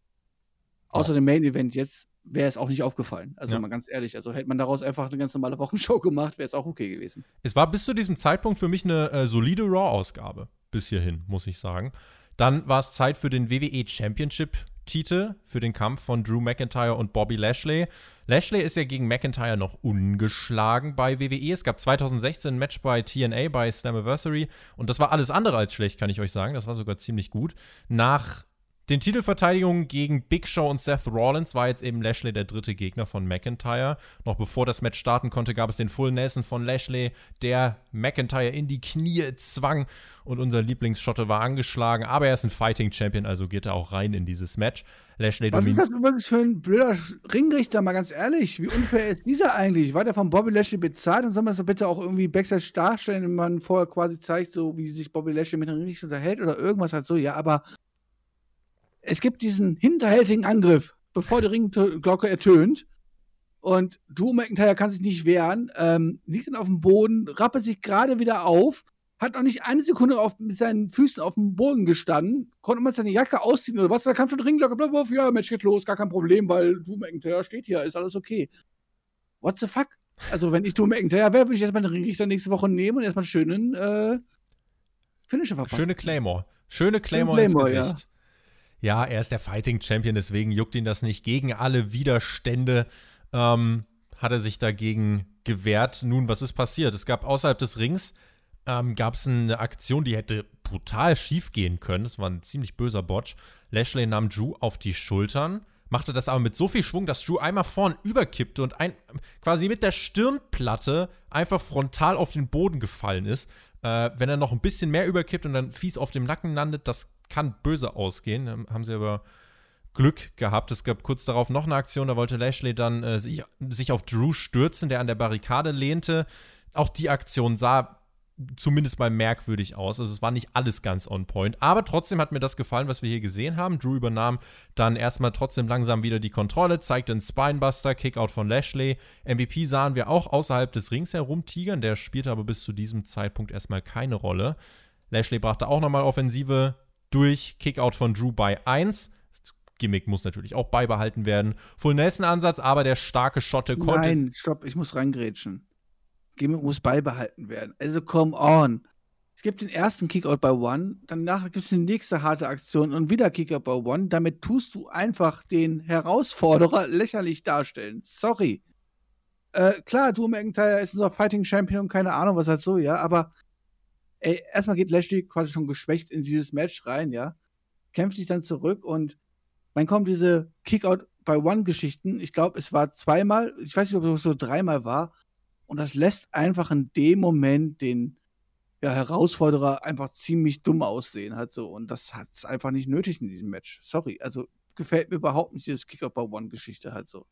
Außer dem Main-Event jetzt wäre es auch nicht aufgefallen. Also Ja. mal ganz ehrlich, also hätte man daraus einfach eine ganz normale Wochenshow gemacht, wäre es auch okay gewesen. Es war bis zu diesem Zeitpunkt für mich eine äh, solide Raw-Ausgabe. Bis hierhin, muss ich sagen. Dann war es Zeit für den W W E Championship-Titel, für den Kampf von Drew McIntyre und Bobby Lashley. Lashley ist ja gegen McIntyre noch ungeschlagen bei W W E. Es gab zwanzig sechzehn ein Match bei T N A, bei Slammiversary. Und das war alles andere als schlecht, kann ich euch sagen. Das war sogar ziemlich gut. Nach den Titelverteidigungen gegen Big Show und Seth Rollins war jetzt eben Lashley der dritte Gegner von McIntyre. Noch bevor das Match starten konnte, gab es den Full Nelson von Lashley, der McIntyre in die Knie zwang. Und unser Lieblingsschotte war angeschlagen. Aber er ist ein Fighting Champion, also geht er auch rein in dieses Match. Lashley Was ist dominiert. das übrigens für ein blöder Ringrichter, mal ganz ehrlich? Wie unfair ist dieser eigentlich? War der von Bobby Lashley bezahlt? Dann soll man das doch bitte auch irgendwie Backstage darstellen, wenn man vorher quasi zeigt, so wie sich Bobby Lashley mit dem Ringrichter unterhält oder irgendwas halt so. Ja, aber es gibt diesen hinterhältigen Angriff, bevor die Ringglocke ertönt. Und Drew McIntyre kann sich nicht wehren, ähm, liegt dann auf dem Boden, rappelt sich gerade wieder auf, hat noch nicht eine Sekunde auf, mit seinen Füßen auf dem Boden gestanden, konnte mal seine Jacke ausziehen oder was, da kam schon die Ringglocke, blablabla, ja, Match geht los, gar kein Problem, weil Drew McIntyre steht hier, ist alles okay. What the fuck? Also, wenn ich Drew McIntyre wäre, würde ich erstmal den Ringrichter nächste Woche nehmen und erstmal einen schönen äh, Finisher verpassen. Schöne Claymore. Schöne Claymore, Claymore, ins Gesicht. Ja. Ja, er ist der Fighting Champion, deswegen juckt ihn das nicht. Gegen alle Widerstände ähm, hat er sich dagegen gewehrt. Nun, was ist passiert? Es gab außerhalb des Rings ähm, gab es eine Aktion, die hätte brutal schief gehen können. Das war ein ziemlich böser Botch. Lashley nahm Drew auf die Schultern, machte das aber mit so viel Schwung, dass Drew einmal vorn überkippte und ein, quasi mit der Stirnplatte einfach frontal auf den Boden gefallen ist. Äh, wenn er noch ein bisschen mehr überkippt und dann fies auf dem Nacken landet, das kann böse ausgehen. Dann haben sie aber Glück gehabt. Es gab kurz darauf noch eine Aktion, da wollte Lashley dann äh, sich, sich auf Drew stürzen, der an der Barrikade lehnte. Auch die Aktion sah zumindest mal merkwürdig aus. Also es war nicht alles ganz on point. Aber trotzdem hat mir das gefallen, was wir hier gesehen haben. Drew übernahm dann erstmal trotzdem langsam wieder die Kontrolle, zeigte einen Spinebuster, Kickout von Lashley. M V P sahen wir auch außerhalb des Rings herumtigern. Der spielte aber bis zu diesem Zeitpunkt erstmal keine Rolle. Lashley brachte auch nochmal Offensive durch. Kickout von Drew bei eins. Das Gimmick muss natürlich auch beibehalten werden. Full-Nelson-Ansatz, aber der starke Schotte konnte... Nein, stopp, ich muss reingrätschen. Gimmick muss beibehalten werden. Also, come on. Es gibt den ersten Kickout bei One, danach gibt es die nächste harte Aktion und wieder Kickout bei One. Damit tust du einfach den Herausforderer lächerlich darstellen. Sorry. Äh, klar, Drew McIntyre ist unser Fighting Champion und keine Ahnung, was halt so, ja, aber ey, erstmal geht Lashley quasi schon geschwächt in dieses Match rein, ja, kämpft sich dann zurück und dann kommen diese Kickout bei One-Geschichten. Ich glaube, es war zweimal, ich weiß nicht, ob es so dreimal war. Und das lässt einfach in dem Moment den ja, Herausforderer einfach ziemlich dumm aussehen halt so. Und das hat es einfach nicht nötig in diesem Match. Sorry, also gefällt mir überhaupt nicht dieses Kickout bei One-Geschichte halt so.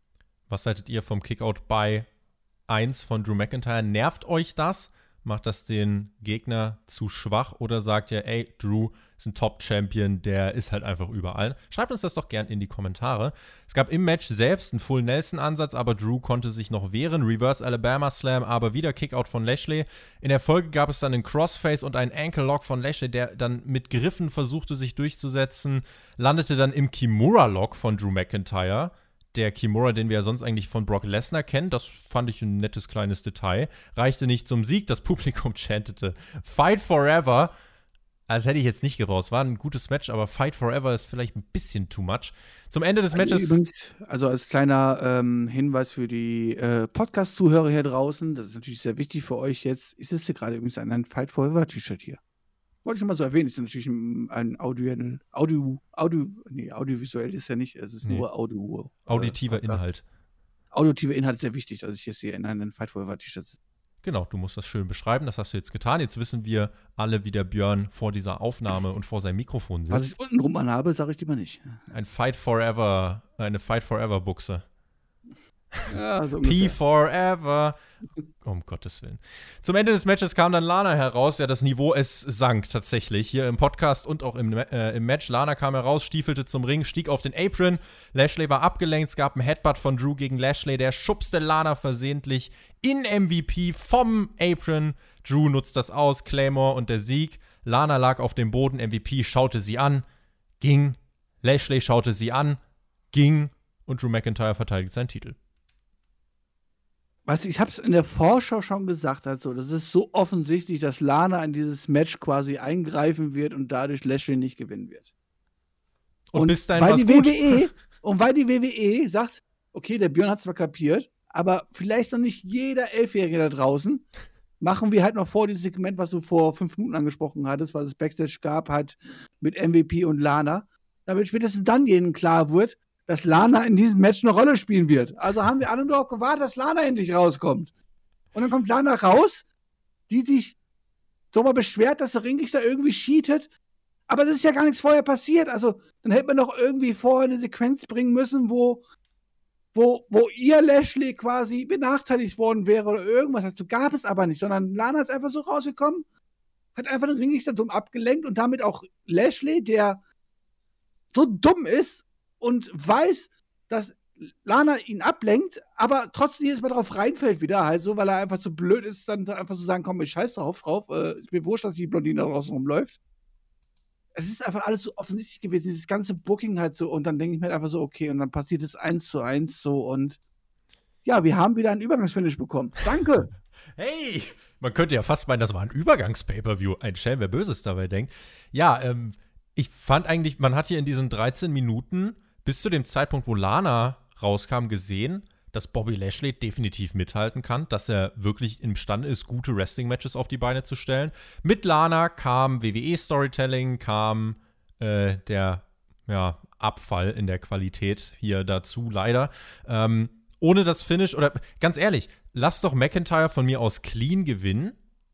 Was haltet ihr vom Kickout bei eins von Drew McIntyre? Nervt euch das? Macht das den Gegner zu schwach? Oder sagt ihr, ey, Drew ist ein Top-Champion, der ist halt einfach überall? Schreibt uns das doch gern in die Kommentare. Es gab im Match selbst einen Full-Nelson-Ansatz, aber Drew konnte sich noch wehren. Reverse Alabama Slam, aber wieder Kickout von Lashley. In der Folge gab es dann einen Crossface und einen Ankle-Lock von Lashley, der dann mit Griffen versuchte, sich durchzusetzen. Landete dann im Kimura-Lock von Drew McIntyre. Der Kimura, den wir ja sonst eigentlich von Brock Lesnar kennen, das fand ich ein nettes kleines Detail, reichte nicht zum Sieg. Das Publikum chantete Fight Forever. Das hätte ich jetzt nicht gebraucht. Es war ein gutes Match, aber Fight Forever ist vielleicht ein bisschen too much. Zum Ende des Matches... Übrigens, also als kleiner ähm, Hinweis für die äh, Podcast-Zuhörer hier draußen, das ist natürlich sehr wichtig für euch jetzt. Ich sitze gerade übrigens an einem Fight Forever T-Shirt hier. Wollte ich schon mal so erwähnen, ist ja natürlich ein, ein Audio, Audio, Audio, nee, audiovisuell ist ja nicht, es ist nee. nur Audio. Auditiver äh, Inhalt. Auditiver Inhalt ist sehr wichtig, dass ich jetzt hier in einem Fight Forever T-Shirt sitze. Genau, du musst das schön beschreiben, das hast du jetzt getan. Jetzt wissen wir alle, wie der Björn vor dieser Aufnahme und vor seinem Mikrofon sitzt. Was ich unten rum anhabe, sage ich dir mal nicht. Ein Fight Forever, eine Fight Forever Buchse. Ja, so P Forever. Um Gottes Willen. Zum Ende des Matches kam dann Lana heraus. Ja, das Niveau, es sank tatsächlich. Hier im Podcast und auch im, äh, im Match. Lana kam heraus, stiefelte zum Ring, stieg auf den Apron. Lashley war abgelenkt. Es gab einen Headbutt von Drew gegen Lashley. Der schubste Lana versehentlich in M V P vom Apron. Drew nutzt das aus. Claymore und der Sieg. Lana lag auf dem Boden. M V P schaute sie an. Ging. Lashley schaute sie an. Ging. Und Drew McIntyre verteidigt seinen Titel. Weißt du, ich hab's in der Vorschau schon gesagt, also, das ist so offensichtlich, dass Lana in dieses Match quasi eingreifen wird und dadurch Lashley nicht gewinnen wird. Und, und bis dahin weil war's die gut. W W E, und weil die W W E sagt, okay, der Björn hat zwar kapiert, aber vielleicht noch nicht jeder Elfjährige da draußen, machen wir halt noch vor dieses Segment, was du vor fünf Minuten angesprochen hattest, was es Backstage gab, halt mit M V P und Lana, damit spätestens dann jedem klar wird, dass Lana in diesem Match eine Rolle spielen wird. Also haben wir alle nur darauf gewartet, dass Lana endlich rauskommt. Und dann kommt Lana raus, die sich darüber beschwert, dass der Ringrichter irgendwie cheatet. Aber es ist ja gar nichts vorher passiert. Also dann hätte man doch irgendwie vorher eine Sequenz bringen müssen, wo, wo, wo ihr Lashley quasi benachteiligt worden wäre oder irgendwas. Dazu gab es aber nicht, sondern Lana ist einfach so rausgekommen, hat einfach den Ringrichter dumm abgelenkt und damit auch Lashley, der so dumm ist, und weiß, dass Lana ihn ablenkt, aber trotzdem jedes Mal drauf reinfällt wieder halt so, weil er einfach zu blöd ist, dann einfach zu sagen, komm, ich scheiß drauf, drauf, äh, ist mir wurscht, dass die Blondine da draußen rumläuft. Es ist einfach alles so offensichtlich gewesen, dieses ganze Booking halt so, und dann denke ich mir halt einfach so, okay, und dann passiert es eins zu eins so, und ja, wir haben wieder einen Übergangsfinish bekommen. Danke! Hey! Man könnte ja fast meinen, das war ein Übergangs-Pay-Per-View. Ein Schelm, wer Böses dabei denkt. Ja, ähm, Ich fand eigentlich, man hat hier in diesen dreizehn Minuten bis zu dem Zeitpunkt, wo Lana rauskam, gesehen, dass Bobby Lashley definitiv mithalten kann, dass er wirklich imstande ist, gute Wrestling-Matches auf die Beine zu stellen. Mit Lana kam W W E-Storytelling, kam äh, der ja, Abfall in der Qualität hier dazu, leider. Ähm, ohne das Finish, oder ganz ehrlich, lass doch McIntyre von mir aus clean gewinnen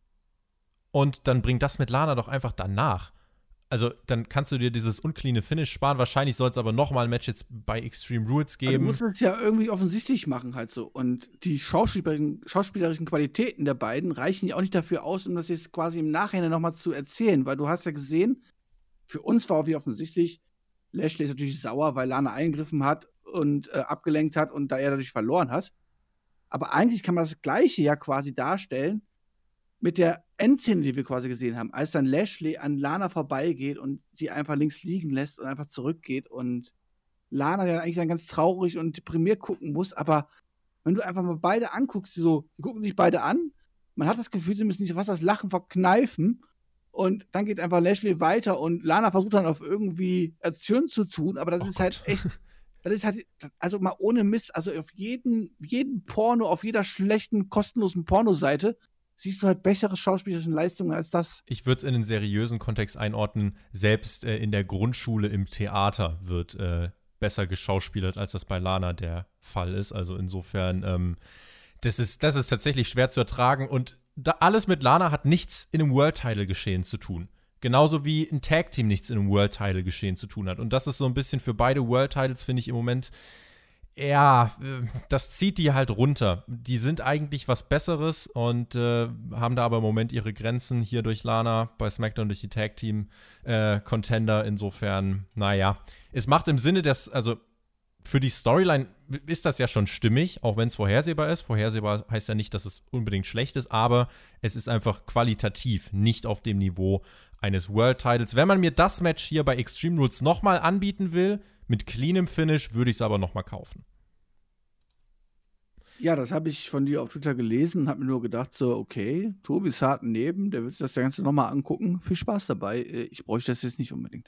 und dann bring das mit Lana doch einfach danach. Also, dann kannst du dir dieses uncleane Finish sparen. Wahrscheinlich soll es aber noch mal ein Match jetzt bei Extreme Rules geben. Also, du musst es ja irgendwie offensichtlich machen halt so. Und die schauspielerischen, schauspielerischen Qualitäten der beiden reichen ja auch nicht dafür aus, um das jetzt quasi im Nachhinein noch mal zu erzählen. Weil du hast ja gesehen, für uns war auch wie offensichtlich, Lashley ist natürlich sauer, weil Lana eingegriffen hat und äh, abgelenkt hat und da er dadurch verloren hat. Aber eigentlich kann man das Gleiche ja quasi darstellen mit der Endszene, die wir quasi gesehen haben, als dann Lashley an Lana vorbeigeht und sie einfach links liegen lässt und einfach zurückgeht und Lana dann eigentlich dann ganz traurig und deprimiert gucken muss, aber wenn du einfach mal beide anguckst, die so, die gucken sich beide an, man hat das Gefühl, sie müssen sich fast das Lachen verkneifen und dann geht einfach Lashley weiter und Lana versucht dann auf irgendwie Aktion zu tun, aber das Oh ist Gott. halt echt, das ist halt, also mal ohne Mist, also auf jeden, jeden Porno, auf jeder schlechten, kostenlosen Pornoseite siehst du halt bessere schauspielerischen Leistungen als das. Ich würde es in den seriösen Kontext einordnen. Selbst äh, in der Grundschule im Theater wird äh, besser geschauspielert, als das bei Lana der Fall ist. Also insofern, ähm, das ist, das ist tatsächlich schwer zu ertragen. Und da alles mit Lana hat nichts in einem World-Title-Geschehen zu tun. Genauso wie ein Tag-Team nichts in einem World-Title-Geschehen zu tun hat. Und das ist so ein bisschen für beide World-Titles, finde ich im Moment, ja, das zieht die halt runter. Die sind eigentlich was Besseres und äh, haben da aber im Moment ihre Grenzen hier durch Lana, bei SmackDown durch die Tag-Team-Contender. Äh, Insofern, naja, es macht im Sinne des, also für die Storyline ist das ja schon stimmig, auch wenn es vorhersehbar ist. Vorhersehbar heißt ja nicht, dass es unbedingt schlecht ist, aber es ist einfach qualitativ nicht auf dem Niveau eines World-Titles. Wenn man mir das Match hier bei Extreme Rules nochmal anbieten will, mit cleanem Finish, würde ich es aber nochmal kaufen. Ja, das habe ich von dir auf Twitter gelesen und habe mir nur gedacht, so, okay, Tobi ist hart neben, der wird sich das Ganze nochmal angucken. Viel Spaß dabei. Ich bräuchte das jetzt nicht unbedingt.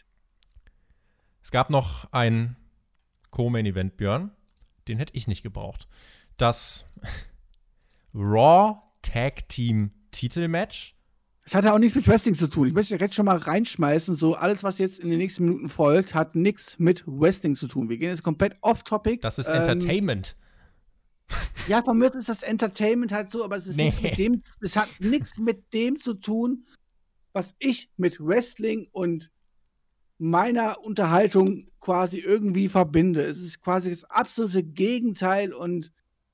Es gab noch ein Co-Main-Event, Björn. Den hätte ich nicht gebraucht. Das Raw Tag Team Titelmatch. Es hat ja auch nichts mit Wrestling zu tun. Ich möchte jetzt schon mal reinschmeißen, so alles, was jetzt in den nächsten Minuten folgt, hat nichts mit Wrestling zu tun. Wir gehen jetzt komplett off-topic. Das ist ähm, Entertainment. Ja, von mir ist das Entertainment halt so, aber es ist Nee. nichts mit dem, es hat nichts mit dem zu tun, was ich mit Wrestling und meiner Unterhaltung quasi irgendwie verbinde. Es ist quasi das absolute Gegenteil und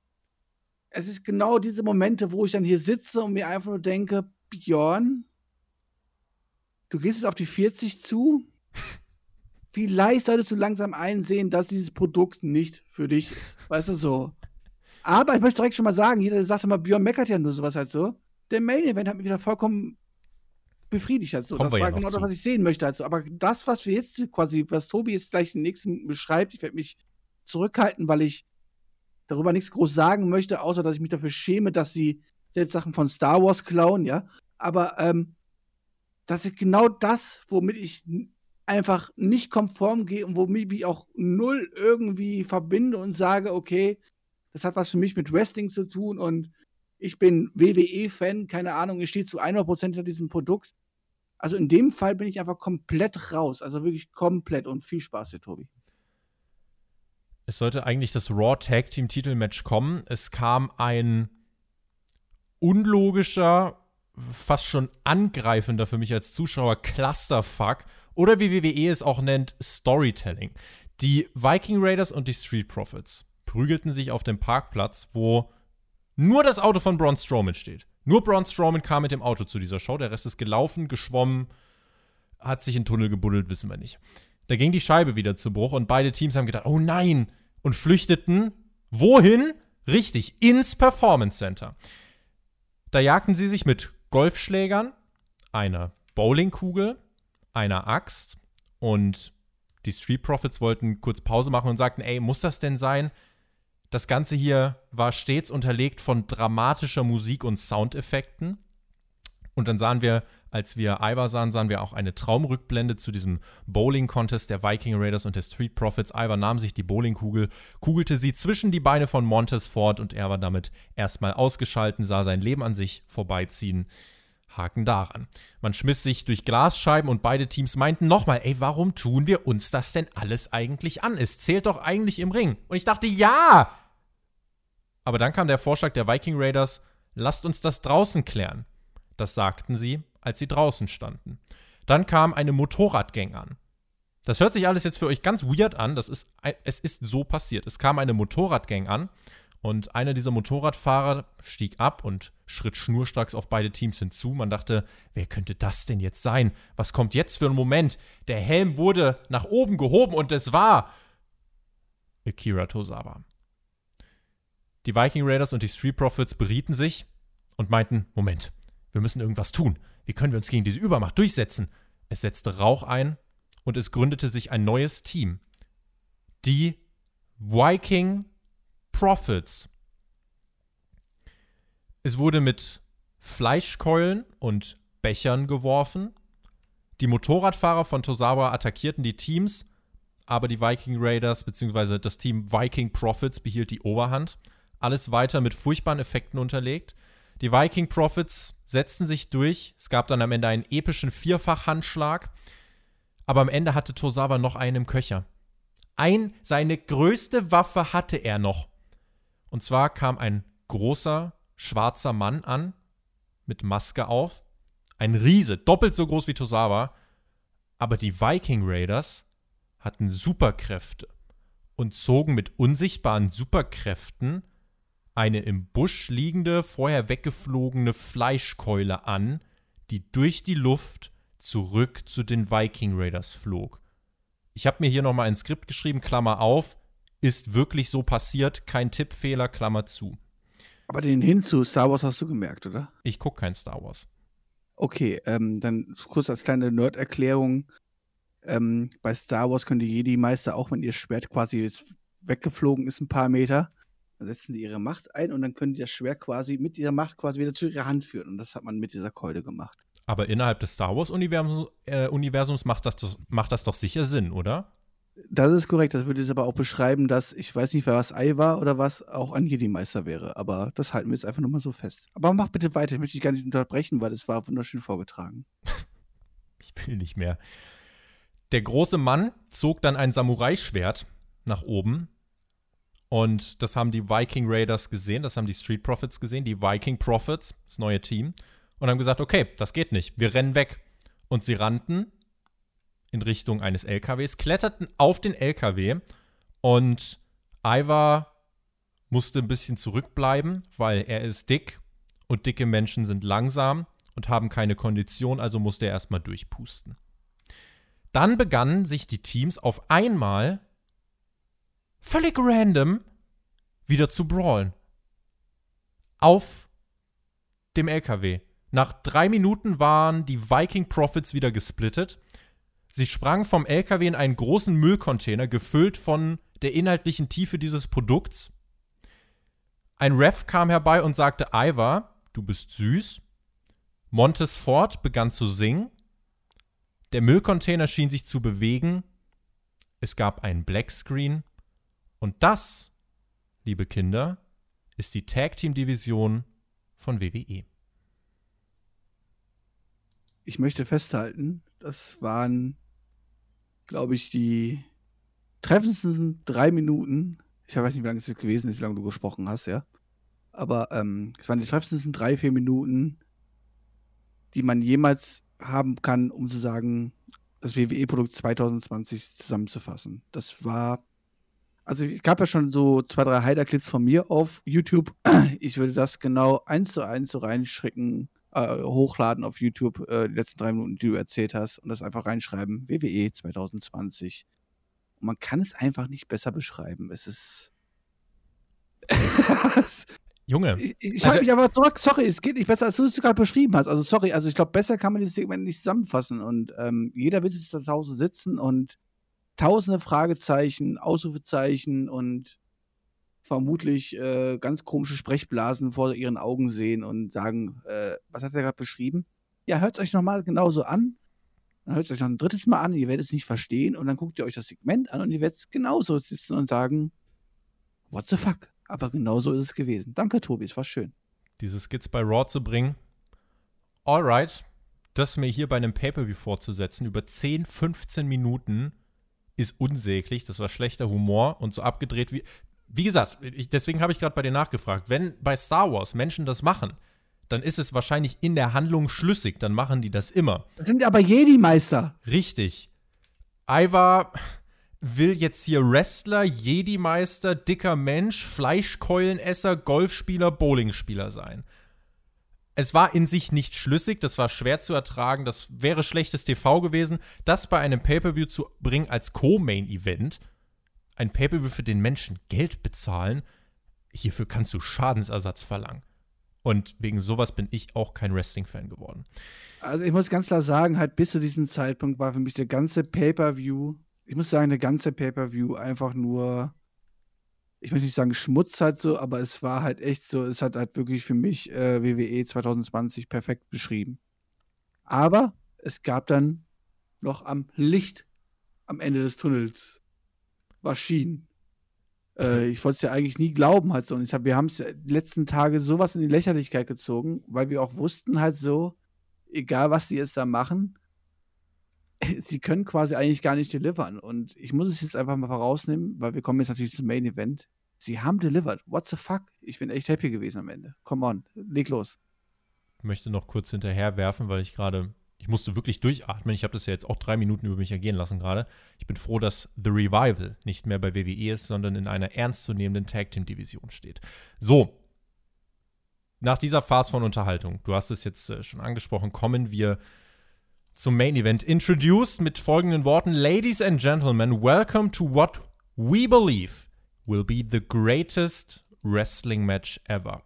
es ist genau diese Momente, wo ich dann hier sitze und mir einfach nur denke, Björn, du gehst jetzt auf die vierzig zu. Vielleicht solltest du langsam einsehen, dass dieses Produkt nicht für dich ist. Weißt du, so. Aber ich möchte direkt schon mal sagen, jeder der sagt immer, Björn meckert ja nur sowas halt so. Der Main Event hat mich wieder vollkommen befriedigt halt so. Kommen das wir war ja noch genau das, zu. was ich sehen möchte halt so. Aber das, was wir jetzt quasi, was Tobi jetzt gleich im nächsten beschreibt, ich werde mich zurückhalten, weil ich darüber nichts groß sagen möchte, außer dass ich mich dafür schäme, dass sie selbst Sachen von Star Wars klauen, ja. Aber ähm, das ist genau das, womit ich einfach nicht konform gehe und womit ich auch null irgendwie verbinde und sage, okay, das hat was für mich mit Wrestling zu tun und ich bin W W E-Fan, keine Ahnung, ich stehe zu hundert Prozent hinter diesem Produkt. Also in dem Fall bin ich einfach komplett raus, also wirklich komplett und viel Spaß hier, Tobi. Es sollte eigentlich das Raw Tag Team Titelmatch kommen. Es kam ein unlogischer, fast schon angreifender für mich als Zuschauer Clusterfuck oder wie W W E es auch nennt, Storytelling. Die Viking Raiders und die Street Profits prügelten sich auf dem Parkplatz, wo nur das Auto von Braun Strowman steht. Nur Braun Strowman kam mit dem Auto zu dieser Show. Der Rest ist gelaufen, geschwommen, hat sich in den Tunnel gebuddelt, wissen wir nicht. Da ging die Scheibe wieder zu Bruch und beide Teams haben gedacht, oh nein, und flüchteten wohin? Richtig, ins Performance Center. Da jagten sie sich mit Golfschlägern, einer Bowlingkugel, einer Axt und die Street Profits wollten kurz Pause machen und sagten, ey, muss das denn sein? Das Ganze hier war stets unterlegt von dramatischer Musik und Soundeffekten. Und dann sahen wir Als wir Ivar sahen, sahen wir auch eine Traumrückblende zu diesem Bowling-Contest der Viking Raiders und der Street Profits. Ivar nahm sich die Bowlingkugel, kugelte sie zwischen die Beine von Montez Ford und er war damit erstmal ausgeschalten, sah sein Leben an sich vorbeiziehen. Haken daran. Man schmiss sich durch Glasscheiben und beide Teams meinten nochmal, ey, warum tun wir uns das denn alles eigentlich an? Es zählt doch eigentlich im Ring. Und ich dachte, ja! Aber dann kam der Vorschlag der Viking Raiders, lasst uns das draußen klären. Das sagten sie, als sie draußen standen. Dann kam eine Motorradgang an. Das hört sich alles jetzt für euch ganz weird an, das ist, es ist so passiert. Es kam eine Motorradgang an und einer dieser Motorradfahrer stieg ab und schritt schnurstracks auf beide Teams hinzu. Man dachte, wer könnte das denn jetzt sein? Was kommt jetzt für ein Moment? Der Helm wurde nach oben gehoben und es war Akira Tozawa. Die Viking Raiders und die Street Profits berieten sich und meinten, Moment, wir müssen irgendwas tun. Wie können wir uns gegen diese Übermacht durchsetzen? Es setzte Rauch ein und es gründete sich ein neues Team. Die Viking Profits. Es wurde mit Fleischkeulen und Bechern geworfen. Die Motorradfahrer von Tozawa attackierten die Teams, aber die Viking Raiders bzw. das Team Viking Profits behielt die Oberhand. Alles weiter mit furchtbaren Effekten unterlegt. Die Viking Profits setzten sich durch. Es gab dann am Ende einen epischen Vierfach-Handschlag. Aber am Ende hatte Tozawa noch einen im Köcher. Ein, seine größte Waffe hatte er noch. Und zwar kam ein großer, schwarzer Mann an, mit Maske auf. Ein Riese, doppelt so groß wie Tozawa. Aber die Viking Raiders hatten Superkräfte und zogen mit unsichtbaren Superkräften eine im Busch liegende, vorher weggeflogene Fleischkeule an, die durch die Luft zurück zu den Viking Raiders flog. Ich habe mir hier nochmal ein Skript geschrieben, Klammer auf, ist wirklich so passiert, kein Tippfehler, Klammer zu. Aber den Hin zu Star Wars hast du gemerkt, oder? Ich gucke kein Star Wars. Okay, ähm, dann kurz als kleine Nerd-Erklärung. Ähm, bei Star Wars können die Jedi-Meister, auch wenn ihr Schwert quasi jetzt weggeflogen ist, ein paar Meter, dann setzen die ihre Macht ein und dann können die das Schwert quasi mit dieser Macht quasi wieder zu ihrer Hand führen. Und das hat man mit dieser Keule gemacht. Aber innerhalb des Star Wars-Universums äh, Universums macht, das, macht das doch sicher Sinn, oder? Das ist korrekt. Das würde jetzt aber auch beschreiben, dass, ich weiß nicht, wer was Ei war oder was, auch ein Jedi-Meister wäre. Aber das halten wir jetzt einfach nochmal so fest. Aber mach bitte weiter. Ich möchte dich gar nicht unterbrechen, weil es war wunderschön vorgetragen. Ich will nicht mehr. Der große Mann zog dann ein Samurai-Schwert nach oben. Und das haben die Viking Raiders gesehen, das haben die Street Profits gesehen, die Viking Profits, das neue Team, und haben gesagt, okay, das geht nicht, wir rennen weg. Und sie rannten in Richtung eines L K Ws, kletterten auf den L K W und Ivar musste ein bisschen zurückbleiben, weil er ist dick und dicke Menschen sind langsam und haben keine Kondition, also musste er erstmal durchpusten. Dann begannen sich die Teams auf einmal völlig random wieder zu brawlen. Auf dem L K W. Nach drei Minuten waren die Viking Profits wieder gesplittet. Sie sprangen vom L K W in einen großen Müllcontainer, gefüllt von der inhaltlichen Tiefe dieses Produkts. Ein Ref kam herbei und sagte, Ivar, du bist süß. Montez Ford begann zu singen. Der Müllcontainer schien sich zu bewegen. Es gab einen Blackscreen. Und das, liebe Kinder, ist die Tag-Team-Division von W W E. Ich möchte festhalten, das waren, glaube ich, die treffendsten drei Minuten. Ich weiß nicht, wie lange es jetzt gewesen ist, wie lange du gesprochen hast, ja. Aber ähm, es waren die treffendsten drei, vier Minuten, die man jemals haben kann, um zu sagen, das W W E-Produkt zwanzig zwanzig zusammenzufassen. Das war, also es gab ja schon so zwei, drei Highlight-Clips von mir auf YouTube. Ich würde das genau eins zu eins so reinschicken, äh, hochladen auf YouTube, äh, die letzten drei Minuten, die du erzählt hast, und das einfach reinschreiben, W W E zwanzig zwanzig. Und man kann es einfach nicht besser beschreiben. Es ist Junge. Ich, ich also, habe mich aber zurück, sorry, es geht nicht besser, als du es gerade beschrieben hast. Also sorry, also ich glaube, besser kann man dieses Segment nicht zusammenfassen. Und ähm, jeder wird jetzt da draußen sitzen und tausende Fragezeichen, Ausrufezeichen und vermutlich äh, ganz komische Sprechblasen vor ihren Augen sehen und sagen, äh, was hat er gerade beschrieben? ja, hört es euch nochmal genauso an. Dann hört es euch noch ein drittes Mal an, ihr werdet es nicht verstehen und dann guckt ihr euch das Segment an und ihr werdet es genauso sitzen und sagen, what the fuck? Aber genauso ist es gewesen. Danke, Tobi, es war schön. Diese Skits bei Raw zu bringen, alright, das mir hier bei einem Pay-Per-View fortzusetzen, über zehn, fünfzehn Minuten, ist unsäglich. Das war schlechter Humor und so abgedreht wie. Wie gesagt, ich, deswegen habe ich gerade bei dir nachgefragt. Wenn bei Star Wars Menschen das machen, dann ist es wahrscheinlich in der Handlung schlüssig. Dann machen die das immer. Das sind aber Jedi-Meister. Richtig. Ivar will jetzt hier Wrestler, Jedi-Meister, dicker Mensch, Fleischkeulenesser, Golfspieler, Bowlingspieler sein. Es war in sich nicht schlüssig, das war schwer zu ertragen, das wäre schlechtes T V gewesen. Das bei einem Pay-Per-View zu bringen als Co-Main-Event, ein Pay-Per-View, für den Menschen Geld bezahlen, hierfür kannst du Schadensersatz verlangen. Und wegen sowas bin ich auch kein Wrestling-Fan geworden. Also ich muss ganz klar sagen, halt bis zu diesem Zeitpunkt war für mich der ganze Pay-Per-View, ich muss sagen, der ganze Pay-Per-View einfach nur, ich möchte nicht sagen Schmutz halt so, aber es war halt echt so, es hat halt wirklich für mich äh, W W E zwanzig zwanzig perfekt beschrieben. Aber es gab dann noch am Licht am Ende des Tunnels war Schienen. Äh, ich wollte es ja eigentlich nie glauben halt so. Und ich hab, wir haben es ja die letzten Tage sowas in die Lächerlichkeit gezogen, weil wir auch wussten halt so, egal was die jetzt da machen, sie können quasi eigentlich gar nicht delivern. Und ich muss es jetzt einfach mal vorausnehmen, weil wir kommen jetzt natürlich zum Main Event. Sie haben delivered. What the fuck? Ich bin echt happy gewesen am Ende. Come on, leg los. Ich möchte noch kurz hinterher werfen, weil ich gerade, ich musste wirklich durchatmen. Ich habe das ja jetzt auch drei Minuten über mich ergehen lassen gerade. Ich bin froh, dass The Revival nicht mehr bei W W E ist, sondern in einer ernstzunehmenden Tag-Team-Division steht. So, nach dieser Phase von Unterhaltung, du hast es jetzt äh, schon angesprochen, kommen wir zum Main Event. Introduced mit folgenden Worten: Ladies and Gentlemen, welcome to what we believe will be the greatest wrestling match ever.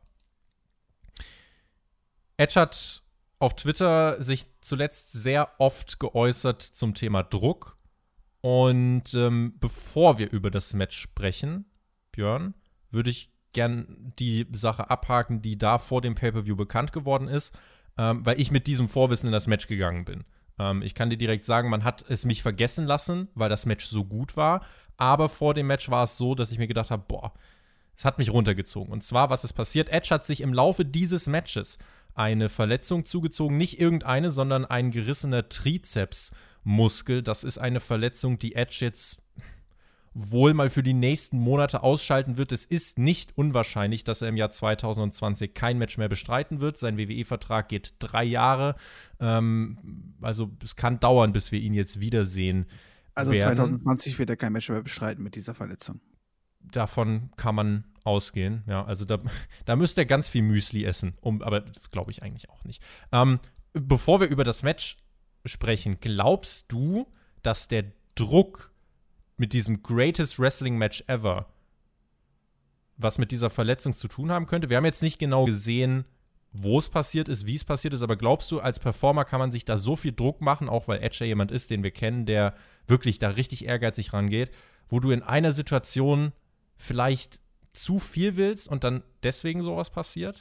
Edge hat auf Twitter sich zuletzt sehr oft geäußert zum Thema Druck. Und ähm, bevor wir über das Match sprechen, Björn, würde ich gern die Sache abhaken, die da vor dem Pay-Per-View bekannt geworden ist, ähm, weil ich mit diesem Vorwissen in das Match gegangen bin. Ähm, ich kann dir direkt sagen, man hat es mich vergessen lassen, weil das Match so gut war. Aber vor dem Match war es so, dass ich mir gedacht habe, boah, es hat mich runtergezogen. Und zwar, was ist passiert? Edge hat sich im Laufe dieses Matches eine Verletzung zugezogen. Nicht irgendeine, sondern ein gerissener Trizepsmuskel. Das ist eine Verletzung, die Edge jetzt wohl mal für die nächsten Monate ausschalten wird. Es ist nicht unwahrscheinlich, dass er im Jahr zwanzig zwanzig kein Match mehr bestreiten wird. Sein W W E-Vertrag geht drei Jahre. Ähm, also es kann dauern, bis wir ihn jetzt wiedersehen Also werden. zwanzig zwanzig wird er kein Match mehr bestreiten mit dieser Verletzung. Davon kann man ausgehen. Ja, also da, da müsste er ganz viel Müsli essen, um, aber glaube ich eigentlich auch nicht. Ähm, bevor wir über das Match sprechen, glaubst du, dass der Druck mit diesem Greatest Wrestling Match ever was mit dieser Verletzung zu tun haben könnte? Wir haben jetzt nicht genau gesehen, wo es passiert ist, wie es passiert ist, aber glaubst du, als Performer kann man sich da so viel Druck machen, auch weil Edge ja jemand ist, den wir kennen, der wirklich da richtig ehrgeizig rangeht, wo du in einer Situation vielleicht zu viel willst und dann deswegen sowas passiert?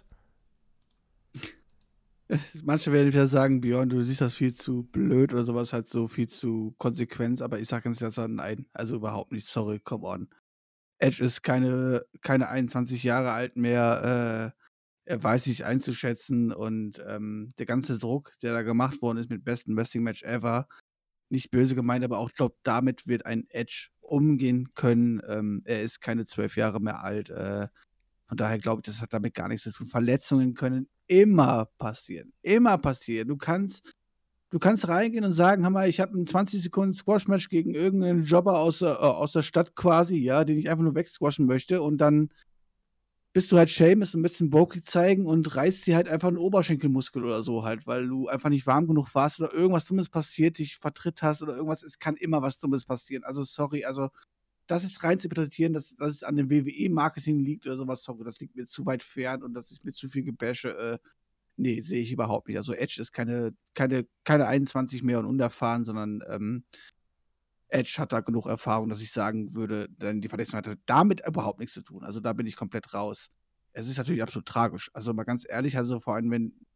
Manche werden wieder sagen, Björn, du siehst das viel zu blöd oder sowas, halt so viel zu konsequent, aber ich sage ganz klar, nein, also überhaupt nicht, sorry, come on. Edge ist keine, keine einundzwanzig Jahre alt mehr, äh, er weiß sich einzuschätzen und ähm, der ganze Druck, der da gemacht worden ist mit besten Wrestling-Match ever, nicht böse gemeint, aber auch, ich glaube, damit wird ein Edge umgehen können. Ähm, er ist keine zwölf Jahre mehr alt, äh, von daher glaube ich, das hat damit gar nichts zu tun. Verletzungen können immer passieren. Immer passieren. Du kannst, du kannst reingehen und sagen, hör mal, ich habe ein zwanzig Sekunden Squash-Match gegen irgendeinen Jobber aus, äh, aus der Stadt quasi, ja, den ich einfach nur wegsquashen möchte und dann bist du halt Sheamus und möchtest einen Bokeh zeigen und reißt dir halt einfach einen Oberschenkelmuskel oder so halt, weil du einfach nicht warm genug warst oder irgendwas Dummes passiert, dich vertritt hast oder irgendwas. Es kann immer was Dummes passieren. Also sorry, also das jetzt rein zu interpretieren, dass, dass es an dem W W E-Marketing liegt oder sowas, sorry, das liegt mir zu weit fern und das ist mir zu viel Gebäsche. Äh, nee, sehe ich überhaupt nicht. Also Edge ist keine, keine, keine einundzwanzig mehr und unerfahren, sondern ähm, Edge hat da genug Erfahrung, dass ich sagen würde, denn die Verletzung hatte damit überhaupt nichts zu tun. Also da bin ich komplett raus. Es ist natürlich absolut tragisch. Also mal ganz ehrlich, also vor allem, wenn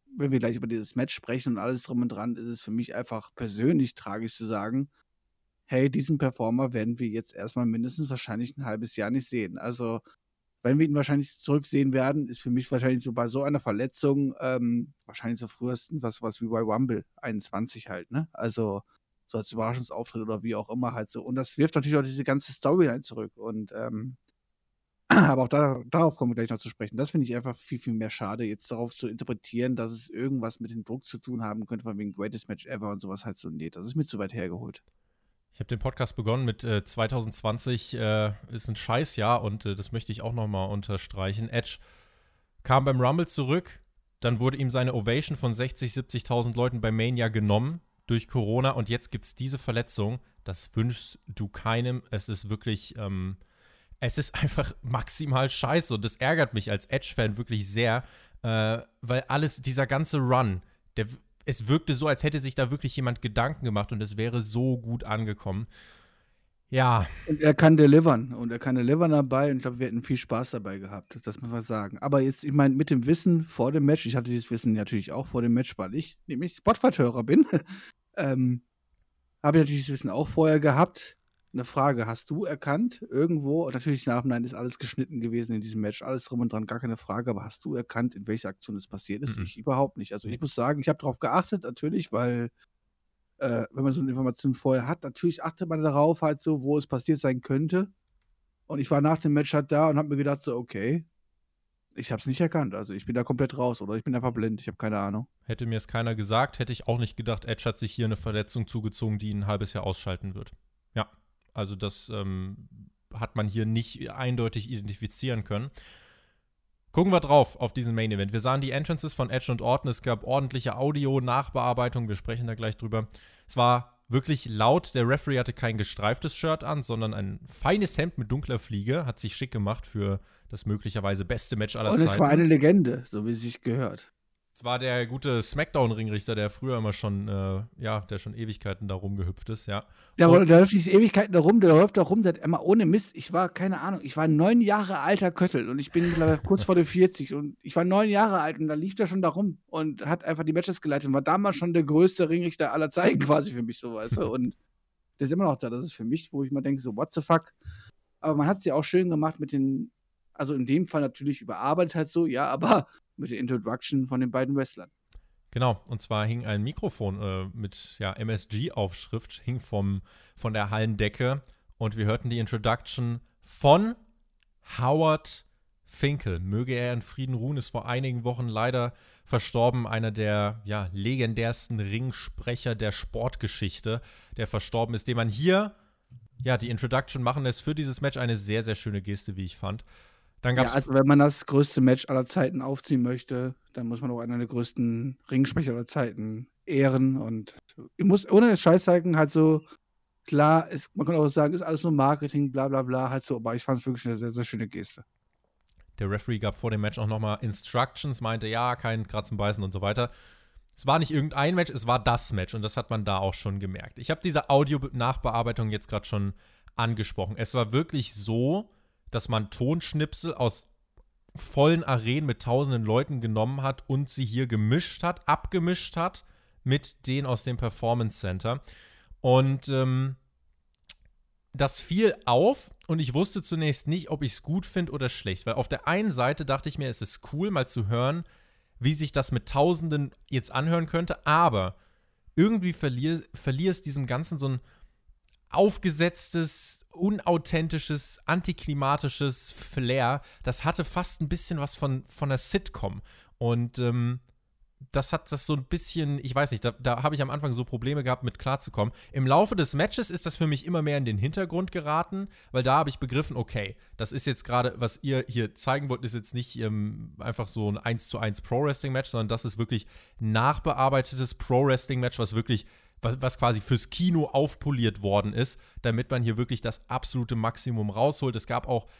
wenn wir gleich über dieses Match sprechen und alles drum und dran, ist es für mich einfach persönlich tragisch zu sagen, hey, diesen Performer werden wir jetzt erstmal mindestens wahrscheinlich ein halbes Jahr nicht sehen. Also, wenn wir ihn wahrscheinlich zurücksehen werden, ist für mich wahrscheinlich so bei so einer Verletzung ähm, wahrscheinlich so frühestens was, was wie bei Rumble einundzwanzig halt, ne? Also so als Überraschungsauftritt oder wie auch immer halt so. Und das wirft natürlich auch diese ganze Storyline zurück. Und ähm, aber auch da, darauf kommen wir gleich noch zu sprechen. Das finde ich einfach viel, viel mehr schade, jetzt darauf zu interpretieren, dass es irgendwas mit dem Druck zu tun haben könnte, von wegen Greatest Match Ever und sowas halt so. Nee, das ist mir zu weit hergeholt. Ich habe den Podcast begonnen mit äh, zwanzig zwanzig, äh, ist ein Scheißjahr und äh, das möchte ich auch nochmal unterstreichen. Edge kam beim Rumble zurück, dann wurde ihm seine Ovation von sechzig, siebzigtausend Leuten bei Mania genommen durch Corona und jetzt gibt es diese Verletzung. Das wünschst du keinem. Es ist wirklich, ähm, es ist einfach maximal scheiße und das ärgert mich als Edge-Fan wirklich sehr, äh, weil alles, dieser ganze Run, der es wirkte so, als hätte sich da wirklich jemand Gedanken gemacht und es wäre so gut angekommen. Ja. Und er kann delivern. Und er kann delivern dabei und ich glaube, wir hätten viel Spaß dabei gehabt. Das muss man sagen. Aber jetzt, ich meine, mit dem Wissen vor dem Match, ich hatte dieses Wissen natürlich auch vor dem Match, weil ich nämlich Spotfight-Hörer bin, ähm, habe ich natürlich das Wissen auch vorher gehabt. Eine Frage, hast du erkannt, irgendwo, natürlich nach dem Nein ist alles geschnitten gewesen in diesem Match, alles drum und dran, gar keine Frage, aber hast du erkannt, in welcher Aktion es passiert ist? Mhm. Ich überhaupt nicht. Also ich muss sagen, ich habe darauf geachtet, natürlich, weil äh, wenn man so eine Information vorher hat, natürlich achtet man darauf halt so, wo es passiert sein könnte. Und ich war nach dem Match halt da und habe mir gedacht so, okay, ich habe es nicht erkannt. Also ich bin da komplett raus oder ich bin einfach blind, ich habe keine Ahnung. Hätte mir es keiner gesagt, hätte ich auch nicht gedacht, Edge hat sich hier eine Verletzung zugezogen, die ihn ein halbes Jahr ausschalten wird. Ja. Also das ähm, hat man hier nicht eindeutig identifizieren können. Gucken wir drauf auf diesen Main Event. Wir sahen die Entrances von Edge und Orton. Es gab ordentliche Audio-Nachbearbeitung. Wir sprechen da gleich drüber. Es war wirklich laut. Der Referee hatte kein gestreiftes Shirt an, sondern ein feines Hemd mit dunkler Fliege. Hat sich schick gemacht für das möglicherweise beste Match aller Zeiten. Und es war eine Legende, so wie es sich gehört. Es war der gute Smackdown-Ringrichter, der früher immer schon, äh, ja, der schon Ewigkeiten da rumgehüpft ist, ja. Der, der läuft nicht Ewigkeiten da rum, der läuft da rum, seit immer ohne Mist. Ich war, keine Ahnung, ich war neun Jahre alter Köttel und ich bin mittlerweile kurz vor den vierzig und ich war neun Jahre alt und da lief der schon da rum und hat einfach die Matches geleitet und war damals schon der größte Ringrichter aller Zeiten quasi für mich, so, weißt du. Und der ist immer noch da. Das ist für mich, wo ich mal denke, so, what the fuck. Aber man hat es ja auch schön gemacht mit den, also in dem Fall natürlich überarbeitet halt so, ja, aber mit der Introduction von den beiden Wrestlern. Genau, und zwar hing ein Mikrofon äh, mit ja, M S G-Aufschrift, hing vom, von der Hallendecke und wir hörten die Introduction von Howard Finkel. Möge er in Frieden ruhen, ist vor einigen Wochen leider verstorben, einer der ja, legendärsten Ringsprecher der Sportgeschichte, der verstorben ist, dem man hier ja, die Introduction machen lässt für dieses Match. Eine sehr, sehr schöne Geste, wie ich fand. Dann gab's ja, also wenn man das größte Match aller Zeiten aufziehen möchte, dann muss man auch einen der größten Ringsprecher aller Zeiten ehren. Und ich muss ohne Scheiß zeigen, halt so, klar, ist, man kann auch sagen, ist alles nur Marketing, bla bla bla, halt so, aber ich fand es wirklich eine sehr, sehr schöne Geste. Der Referee gab vor dem Match auch nochmal Instructions, meinte, ja, kein Kratzen, Beißen und so weiter. Es war nicht irgendein Match, es war das Match und das hat man da auch schon gemerkt. Ich habe diese Audio-Nachbearbeitung jetzt gerade schon angesprochen. Es war wirklich so, dass man Tonschnipsel aus vollen Arenen mit tausenden Leuten genommen hat und sie hier gemischt hat, abgemischt hat mit denen aus dem Performance Center. Und ähm, das fiel auf und ich wusste zunächst nicht, ob ich es gut finde oder schlecht. Weil auf der einen Seite dachte ich mir, es ist cool, mal zu hören, wie sich das mit Tausenden jetzt anhören könnte. Aber irgendwie verlier, verlier es diesem Ganzen so ein aufgesetztes, unauthentisches, antiklimatisches Flair. Das hatte fast ein bisschen was von, von einer Sitcom. Und ähm, das hat das so ein bisschen, ich weiß nicht, da, da habe ich am Anfang so Probleme gehabt, mit klarzukommen. Im Laufe des Matches ist das für mich immer mehr in den Hintergrund geraten, weil da habe ich begriffen, okay, das ist jetzt gerade, was ihr hier zeigen wollt, ist jetzt nicht ähm, einfach so ein eins zu eins Pro-Wrestling-Match, sondern das ist wirklich nachbearbeitetes Pro-Wrestling-Match, was wirklich Was, was quasi fürs Kino aufpoliert worden ist, damit man hier wirklich das absolute Maximum rausholt. Es gab auch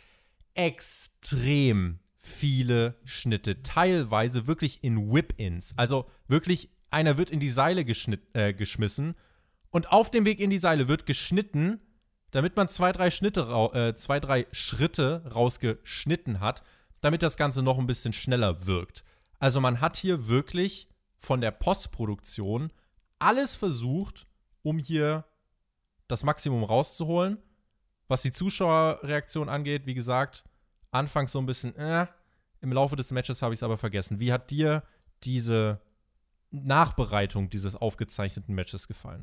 extrem viele Schnitte, teilweise wirklich in Whip-Ins. Also wirklich, einer wird in die Seile geschnitt, äh, geschmissen und auf dem Weg in die Seile wird geschnitten, damit man zwei, drei Schnitte, äh, zwei, drei Schritte rausgeschnitten hat, damit das Ganze noch ein bisschen schneller wirkt. Also man hat hier wirklich von der Postproduktion alles versucht, um hier das Maximum rauszuholen. Was die Zuschauerreaktion angeht, wie gesagt, anfangs so ein bisschen, äh, im Laufe des Matches habe ich es aber vergessen. Wie hat dir diese Nachbereitung dieses aufgezeichneten Matches gefallen?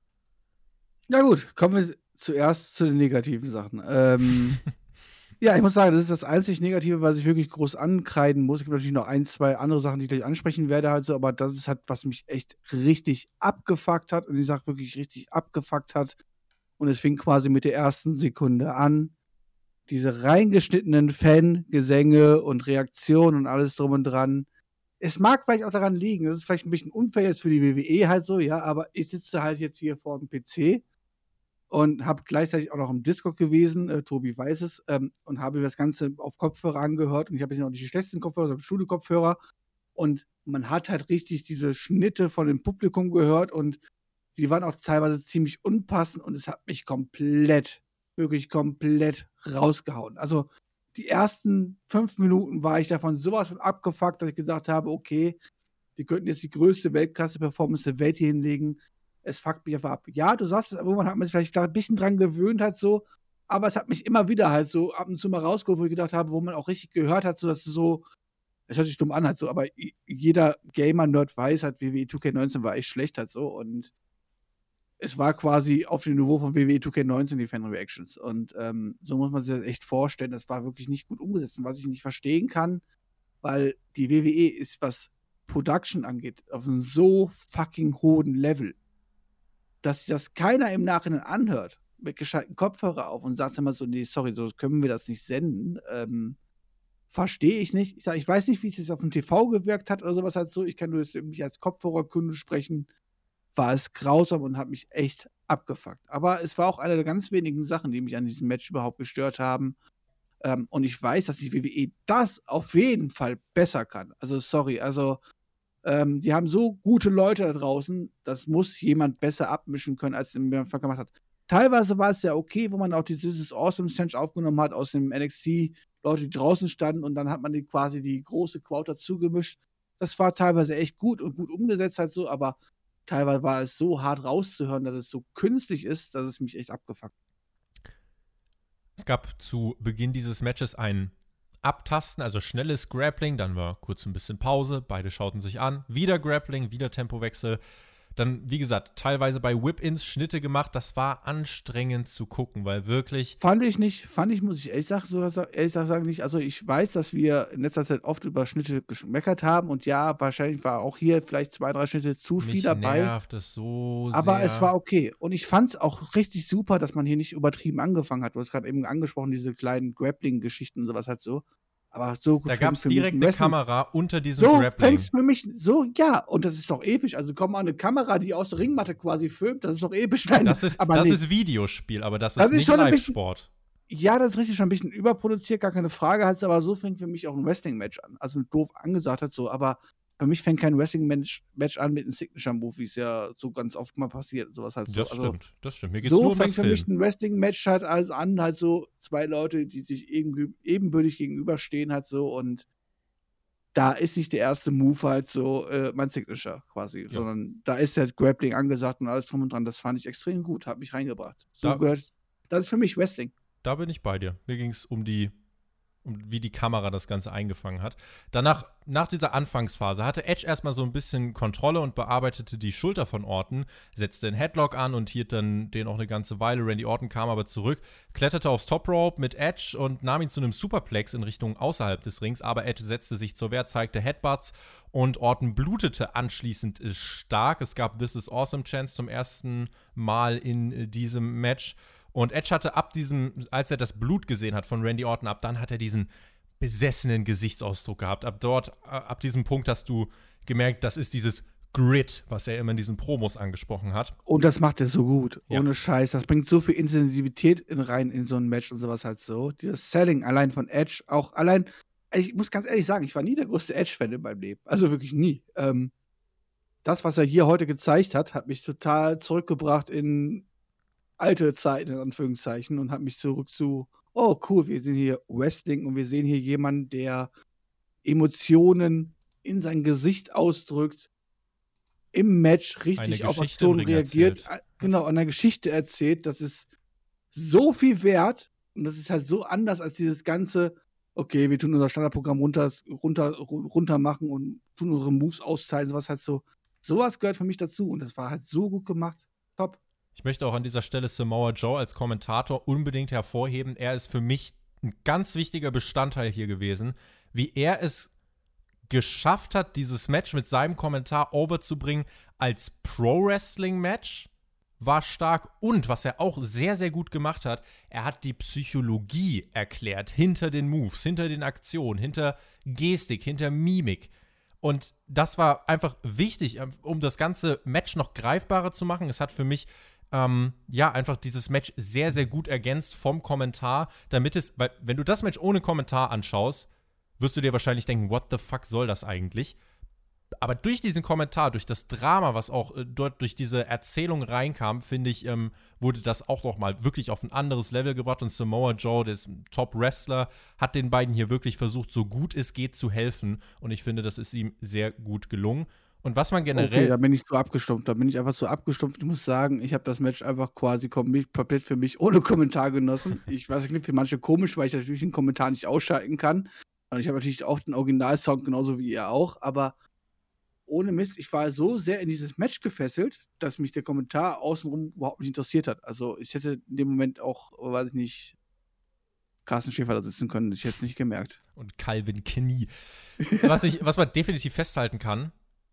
Ja gut, kommen wir zuerst zu den negativen Sachen. Ähm, ja, ich muss sagen, das ist das einzig Negative, was ich wirklich groß ankreiden muss. Es gibt natürlich noch ein, zwei andere Sachen, die ich gleich ansprechen werde, halt so, aber das ist halt, was mich echt richtig abgefuckt hat. Und ich sage wirklich richtig abgefuckt hat. Und es fing quasi mit der ersten Sekunde an. Diese reingeschnittenen Fangesänge und Reaktionen und alles drum und dran. Es mag vielleicht auch daran liegen, das ist vielleicht ein bisschen unfair jetzt für die W W E halt so, ja, aber ich sitze halt jetzt hier vor dem P C und habe gleichzeitig auch noch im Discord gewesen, äh, Tobi weiß es, ähm, und habe mir das Ganze auf Kopfhörer angehört und ich habe jetzt noch nicht die schlechtesten Kopfhörer, sondern Studio-Kopfhörer und man hat halt richtig diese Schnitte von dem Publikum gehört und sie waren auch teilweise ziemlich unpassend und es hat mich komplett, wirklich komplett rausgehauen. Also die ersten fünf Minuten war ich davon sowas von abgefuckt, dass ich gedacht habe, okay, wir könnten jetzt die größte Weltklasse-Performance der Welt hier hinlegen. Es fuckt mich einfach ab. Ja, du sagst es, irgendwann hat man sich vielleicht ein bisschen dran gewöhnt halt so, aber es hat mich immer wieder halt so ab und zu mal rausgeholt, wo ich gedacht habe, wo man auch richtig gehört hat, so dass es so, es hört sich dumm an halt so, aber jeder Gamer-Nerd weiß halt, W W E zwei K neunzehn war echt schlecht halt so und es war quasi auf dem Niveau von W W E zwei K neunzehn die Fan-Reactions. Und ähm, so muss man sich das echt vorstellen. Das war wirklich nicht gut umgesetzt. Und was ich nicht verstehen kann, weil die W W E ist, was Production angeht, auf einem so fucking hohen Level, dass sich das keiner im Nachhinein anhört, mit geschalteten Kopfhörer auf und sagt immer so, nee, sorry, so können wir das nicht senden. Ähm, verstehe ich nicht. Ich sag, ich weiß nicht, wie es jetzt auf dem T V gewirkt hat oder sowas halt so. Ich kann nur jetzt irgendwie als Kopfhörerkunde sprechen. War es grausam und hat mich echt abgefuckt. Aber es war auch eine der ganz wenigen Sachen, die mich an diesem Match überhaupt gestört haben. Ähm, und ich weiß, dass die W W E das auf jeden Fall besser kann. Also sorry, also ähm, die haben so gute Leute da draußen, das muss jemand besser abmischen können, als den man gemacht hat. Teilweise war es ja okay, wo man auch die This is Awesome Stench aufgenommen hat aus dem N X T, Leute, die draußen standen und dann hat man die quasi die große Crowd dazu gemischt. Das war teilweise echt gut und gut umgesetzt halt so, aber teilweise war es so hart rauszuhören, dass es so künstlich ist, dass es mich echt abgefuckt. Es gab zu Beginn dieses Matches ein Abtasten, also schnelles Grappling, dann war kurz ein bisschen Pause, beide schauten sich an, wieder Grappling, wieder Tempowechsel. Dann, wie gesagt, teilweise bei Whip-Ins Schnitte gemacht. Das war anstrengend zu gucken, weil wirklich. Fand ich nicht, fand ich, muss ich ehrlich sagen, so, ehrlich sagen nicht. Also, ich weiß, dass wir in letzter Zeit oft über Schnitte gemeckert haben und ja, wahrscheinlich war auch hier vielleicht zwei, drei Schnitte zu viel dabei. Mich nervt es so aber sehr. es war okay. Und ich fand es auch richtig super, dass man hier nicht übertrieben angefangen hat. Du hast gerade eben angesprochen, diese kleinen Grappling-Geschichten und sowas halt so. Aber so da gab es direkt eine Wrestling Kamera unter diesem so Grappling. fängst für mich, so, ja, und das ist doch episch. Also komm mal, eine Kamera, die aus der Ringmatte quasi filmt, das ist doch episch. Nein, das ist, aber das nee. ist Videospiel, aber das, Das ist ist nicht schon ein Live-Sport. Ja, das ist richtig schon ein bisschen überproduziert, gar keine Frage, halt, aber so fängt für mich auch ein Wrestling-Match an. Also doof angesagt hat so, aber für mich fängt kein Wrestling-Match Match an mit einem Signature-Move, wie es ja so ganz oft mal passiert. Sowas halt so. Das also, stimmt, das stimmt. Mir geht's so nur um fängt das für Film. mich ein Wrestling-Match halt als an, halt so zwei Leute, die sich eben, ebenbürtig gegenüberstehen, halt so und da ist nicht der erste Move halt so äh, mein Signature quasi, ja. Sondern da ist halt Grappling angesagt und alles drum und dran. Das fand ich extrem gut, hat mich reingebracht. So da, gehört, das ist für mich Wrestling. Da bin ich bei dir. Mir ging es um die, um wie die Kamera das Ganze eingefangen hat. Danach, nach dieser Anfangsphase, hatte Edge erstmal so ein bisschen Kontrolle und bearbeitete die Schulter von Orton, setzte den Headlock an und hielt dann den auch eine ganze Weile. Randy Orton kam aber zurück, kletterte aufs Top Rope mit Edge und nahm ihn zu einem Superplex in Richtung außerhalb des Rings, aber Edge setzte sich zur Wehr, zeigte Headbutts und Orton blutete anschließend stark. Es gab This is Awesome Chance zum ersten Mal in diesem Match. Und Edge hatte ab diesem, als er das Blut gesehen hat von Randy Orton, ab dann hat er diesen besessenen Gesichtsausdruck gehabt. Ab dort, ab diesem Punkt hast du gemerkt, das ist dieses Grit, was er immer in diesen Promos angesprochen hat. Und das macht er so gut, ja. Ohne Scheiß. Das bringt so viel Intensivität in rein in so ein Match und sowas halt so. Dieses Selling allein von Edge, auch allein, ich muss ganz ehrlich sagen, ich war nie der größte Edge-Fan in meinem Leben. Also wirklich nie. Ähm, das, was er hier heute gezeigt hat, hat mich total zurückgebracht in alte Zeiten, in Anführungszeichen, und hat mich zurück zu, oh cool, wir sehen hier Wrestling und wir sehen hier jemanden, der Emotionen in sein Gesicht ausdrückt, im Match richtig auf Geschichte im Aktionen Ring reagiert, erzählt. äh, genau, an der Geschichte erzählt. Das ist so viel wert und das ist halt so anders als dieses ganze, okay, wir tun unser Standardprogramm runter, runter, ru- runter machen und tun unsere Moves austeilen, sowas halt so. Sowas gehört für mich dazu und das war halt so gut gemacht. Top. Ich möchte auch an dieser Stelle Samoa Joe als Kommentator unbedingt hervorheben. Er ist für mich ein ganz wichtiger Bestandteil hier gewesen, wie er es geschafft hat, dieses Match mit seinem Kommentar overzubringen als Pro-Wrestling-Match, war stark. Und was er auch sehr, sehr gut gemacht hat, er hat die Psychologie erklärt hinter den Moves, hinter den Aktionen, hinter Gestik, hinter Mimik. Und das war einfach wichtig, um das ganze Match noch greifbarer zu machen. Es hat für mich ähm, ja einfach dieses Match sehr, sehr gut ergänzt vom Kommentar, damit es, weil wenn du das Match ohne Kommentar anschaust, wirst du dir wahrscheinlich denken, what the fuck soll das eigentlich? Aber durch diesen Kommentar, durch das Drama, was auch äh, dort durch diese Erzählung reinkam, finde ich, ähm, wurde das auch noch mal wirklich auf ein anderes Level gebracht. Und Samoa Joe, der ist ein Top-Wrestler, hat den beiden hier wirklich versucht, so gut es geht, zu helfen. Und ich finde, das ist ihm sehr gut gelungen. Und was man generell... Okay, da bin ich zu abgestumpft. Da bin ich einfach zu abgestumpft. Ich muss sagen, ich habe das Match einfach quasi kom- komplett für mich ohne Kommentar genossen. Ich weiß, es klingt für manche komisch, weil ich natürlich den Kommentar nicht ausschalten kann. Und ich habe natürlich auch den Originalsound genauso wie ihr auch. Aber ohne Mist, ich war so sehr in dieses Match gefesselt, dass mich der Kommentar außenrum überhaupt nicht interessiert hat. Also ich hätte in dem Moment auch, weiß ich nicht, Carsten Schäfer da sitzen können. Ich hätte es nicht gemerkt. Und Calvin Knie. was, ich, was man definitiv festhalten kann,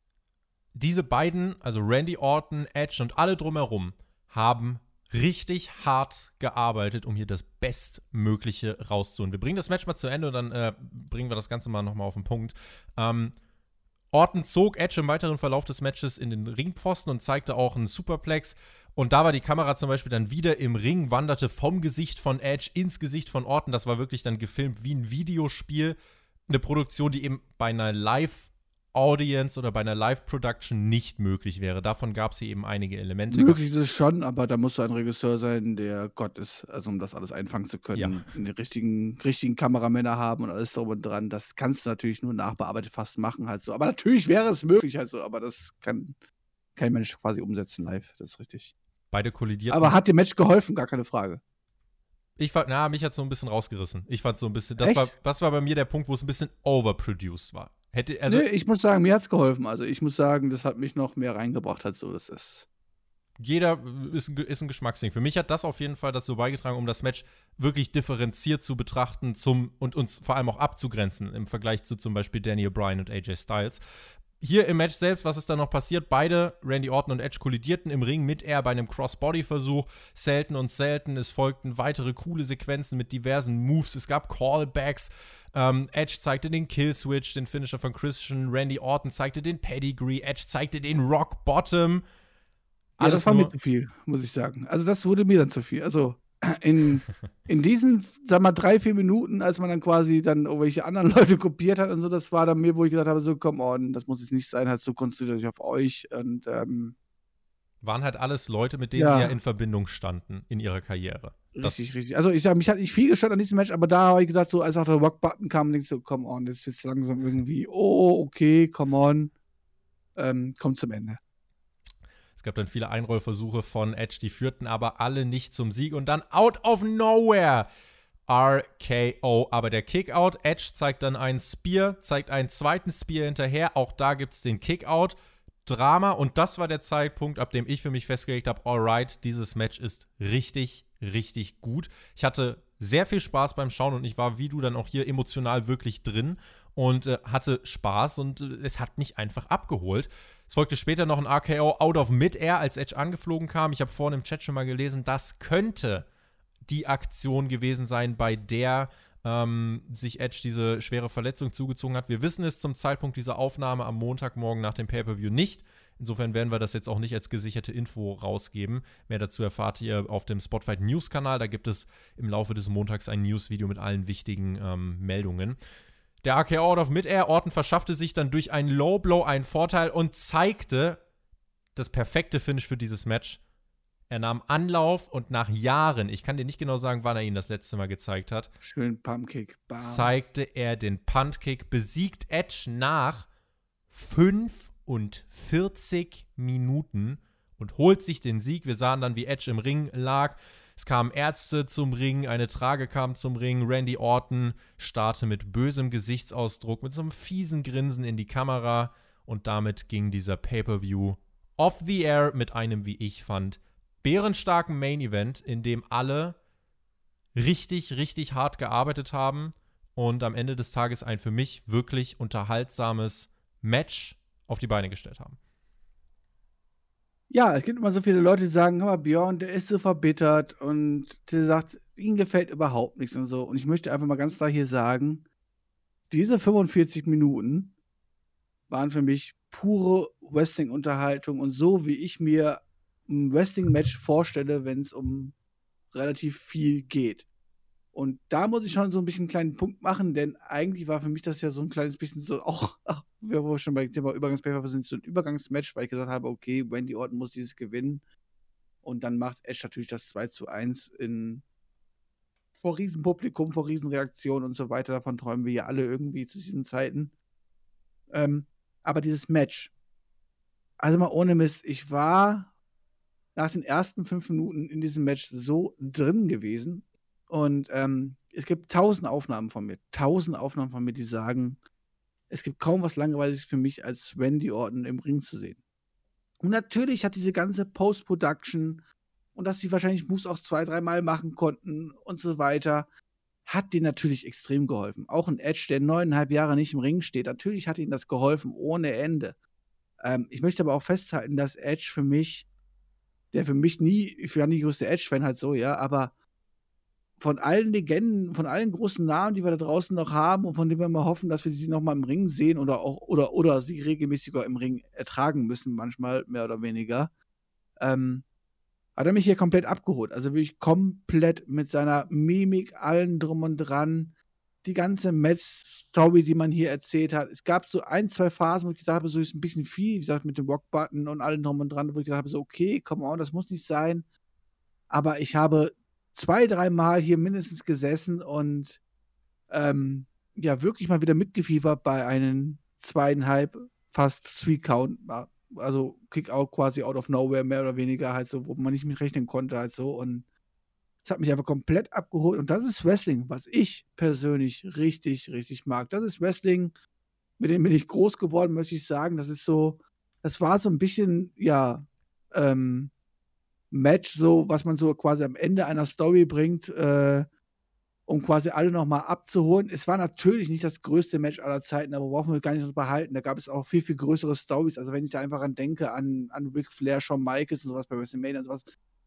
diese beiden, also Randy Orton, Edge und alle drumherum, haben richtig hart gearbeitet, um hier das Bestmögliche rauszuholen. Wir bringen das Match mal zu Ende und dann äh, bringen wir das Ganze mal nochmal auf den Punkt. Ähm, Orton zog Edge im weiteren Verlauf des Matches in den Ringpfosten und zeigte auch einen Superplex. Und da war die Kamera zum Beispiel dann wieder im Ring, wanderte vom Gesicht von Edge ins Gesicht von Orton. Das war wirklich dann gefilmt wie ein Videospiel. Eine Produktion, die eben bei einer Live-Audience oder bei einer Live-Production nicht möglich wäre. Davon gab es hier eben einige Elemente. Möglich ist es schon, aber da musst du ein Regisseur sein, der Gott ist, also um das alles einfangen zu können. Ja. Die richtigen, richtigen Kameramänner haben und alles drum und dran. Das kannst du natürlich nur nachbearbeitet fast machen halt so. Aber natürlich wäre es möglich halt so, aber das kann kein Mensch quasi umsetzen live. Das ist richtig. Beide kollidierten. Aber hat dem Match geholfen, gar keine Frage. Ich fand, na, mich hat so ein bisschen rausgerissen. Ich fand so ein bisschen, das Echt? war, das war bei mir der Punkt, wo es ein bisschen overproduced war. Hätte, also, Nee, ich muss sagen, mir hat's geholfen. Also ich muss sagen, das hat mich noch mehr reingebracht halt so. Das ist. jeder ist ein, ist ein Geschmacksding. Für mich hat das auf jeden Fall dazu beigetragen, um das Match wirklich differenziert zu betrachten zum, und uns vor allem auch abzugrenzen im Vergleich zu zum Beispiel Daniel Bryan und A J Styles. Hier im Match selbst, was ist da noch passiert? Beide, Randy Orton und Edge, kollidierten im Ring mit Air bei einem Crossbody-Versuch. Selten und selten. Es folgten weitere coole Sequenzen mit diversen Moves. Es gab Callbacks. Ähm, Edge zeigte den Killswitch, den Finisher von Christian. Randy Orton zeigte den Pedigree. Edge zeigte den Rock Bottom. Ja, das war mir zu viel, muss ich sagen. Also das wurde mir dann zu viel. Also in, in diesen, sag mal, drei, vier Minuten, als man dann quasi dann irgendwelche anderen Leute kopiert hat und so, das war dann mir, wo ich gesagt habe, so, come on, das muss jetzt nicht sein, halt so konzentriert euch auf euch und ähm, waren halt alles Leute, mit denen Ja. sie ja in Verbindung standen in ihrer Karriere. Das- richtig, richtig. Also ich sag, mich hat nicht viel gestört an diesem Match, aber da habe ich gedacht, so, als auch der Rock-Button kam, denkst du, so, come on, jetzt wird's langsam irgendwie, oh, okay, come on, ähm, kommt zum Ende. Es gab dann viele Einrollversuche von Edge, die führten aber alle nicht zum Sieg. Und dann out of nowhere R K O. Aber der Kickout, Edge zeigt dann einen Spear, zeigt einen zweiten Spear hinterher. Auch da gibt es den Kickout. Drama. Und das war der Zeitpunkt, ab dem ich für mich festgelegt habe, alright, dieses Match ist richtig, richtig gut. Ich hatte sehr viel Spaß beim Schauen und ich war, wie du, dann auch hier emotional wirklich drin und äh, hatte Spaß und äh, es hat mich einfach abgeholt. Es folgte später noch ein R K O out of Mid-Air, als Edge angeflogen kam. Ich habe vorhin im Chat schon mal gelesen, das könnte die Aktion gewesen sein, bei der ähm, sich Edge diese schwere Verletzung zugezogen hat. Wir wissen es zum Zeitpunkt dieser Aufnahme am Montagmorgen nach dem Pay-Per-View nicht. Insofern werden wir das jetzt auch nicht als gesicherte Info rausgeben. Mehr dazu erfahrt ihr auf dem Spotfight News-Kanal. Da gibt es im Laufe des Montags ein News-Video mit allen wichtigen ähm, Meldungen. Der R K O out of Mid-Air. Orton verschaffte sich dann durch einen Low-Blow einen Vorteil und zeigte das perfekte Finish für dieses Match. Er nahm Anlauf und nach Jahren, ich kann dir nicht genau sagen, wann er ihn das letzte Mal gezeigt hat, Schön Pumpkick, bam. zeigte er den Puntkick, besiegt Edge nach fünf fünfundvierzig Minuten und holt sich den Sieg. Wir sahen dann, wie Edge im Ring lag. Es kamen Ärzte zum Ring, eine Trage kam zum Ring. Randy Orton starrte mit bösem Gesichtsausdruck, mit so einem fiesen Grinsen in die Kamera. Und damit ging dieser Pay-Per-View off the air mit einem, wie ich fand, bärenstarken Main-Event, in dem alle richtig, richtig hart gearbeitet haben und am Ende des Tages ein für mich wirklich unterhaltsames Match auf die Beine gestellt haben. Ja, es gibt immer so viele Leute, die sagen, hör mal, Björn, der ist so verbittert und der sagt, ihm gefällt überhaupt nichts und so. Und ich möchte einfach mal ganz klar hier sagen, diese fünfundvierzig Minuten waren für mich pure Wrestling-Unterhaltung und so, wie ich mir ein Wrestling-Match vorstelle, wenn es um relativ viel geht. Und da muss ich schon so ein bisschen einen kleinen Punkt machen, denn eigentlich war für mich das ja so ein kleines bisschen so, auch, ach, wir waren schon bei dem Thema Übergangspaper sind, so ein Übergangsmatch, weil ich gesagt habe, okay, Randy Orton muss dieses gewinnen. Und dann macht Edge natürlich das zwei zu eins in, vor Riesenpublikum, vor Riesenreaktionen und so weiter. Davon träumen wir ja alle irgendwie zu diesen Zeiten. Ähm, aber dieses Match, also mal ohne Mist, ich war nach den ersten fünf Minuten in diesem Match so drin gewesen. Und ähm, es gibt tausend Aufnahmen von mir, tausend Aufnahmen von mir, die sagen, es gibt kaum was Langweiliges für mich, als Randy Orton im Ring zu sehen. Und natürlich hat diese ganze Post-Production und dass sie wahrscheinlich Moves auch zwei, dreimal machen konnten und so weiter, hat denen natürlich extrem geholfen. Auch ein Edge, der neuneinhalb Jahre nicht im Ring steht, natürlich hat ihnen das geholfen, ohne Ende. Ähm, ich möchte aber auch festhalten, dass Edge für mich, der für mich nie, ich war nie größte Edge-Fan halt so, ja, aber von allen Legenden, von allen großen Namen, die wir da draußen noch haben und von denen wir mal hoffen, dass wir sie noch mal im Ring sehen oder auch oder oder sie regelmäßiger im Ring ertragen müssen, manchmal mehr oder weniger, ähm, hat er mich hier komplett abgeholt. Also wirklich komplett mit seiner Mimik, allen drum und dran, die ganze Match-Story, die man hier erzählt hat. Es gab so ein, zwei Phasen, wo ich gedacht habe, so ist ein bisschen viel, wie gesagt, mit dem Rock-Button und allem drum und dran, wo ich gedacht habe, so okay, come on, das muss nicht sein. Aber ich habe zwei, dreimal hier mindestens gesessen und ähm, ja, wirklich mal wieder mitgefiebert bei einem zweieinhalb, fast Three-Count, also Kick-Out quasi out of nowhere, mehr oder weniger halt so, wo man nicht mit rechnen konnte halt so und es hat mich einfach komplett abgeholt und das ist Wrestling, was ich persönlich richtig, richtig mag. Das ist Wrestling, mit dem bin ich groß geworden, möchte ich sagen. Das ist so, das war so ein bisschen, ja, ähm, Match, so, was man so quasi am Ende einer Story bringt, äh, um quasi alle nochmal abzuholen. Es war natürlich nicht das größte Match aller Zeiten, aber brauchen wir gar nicht drüber behalten. Da gab es auch viel, viel größere Stories. Also wenn ich da einfach an denke, an, an Ric Flair, Shawn Michaels und sowas bei WrestleMania und sowas,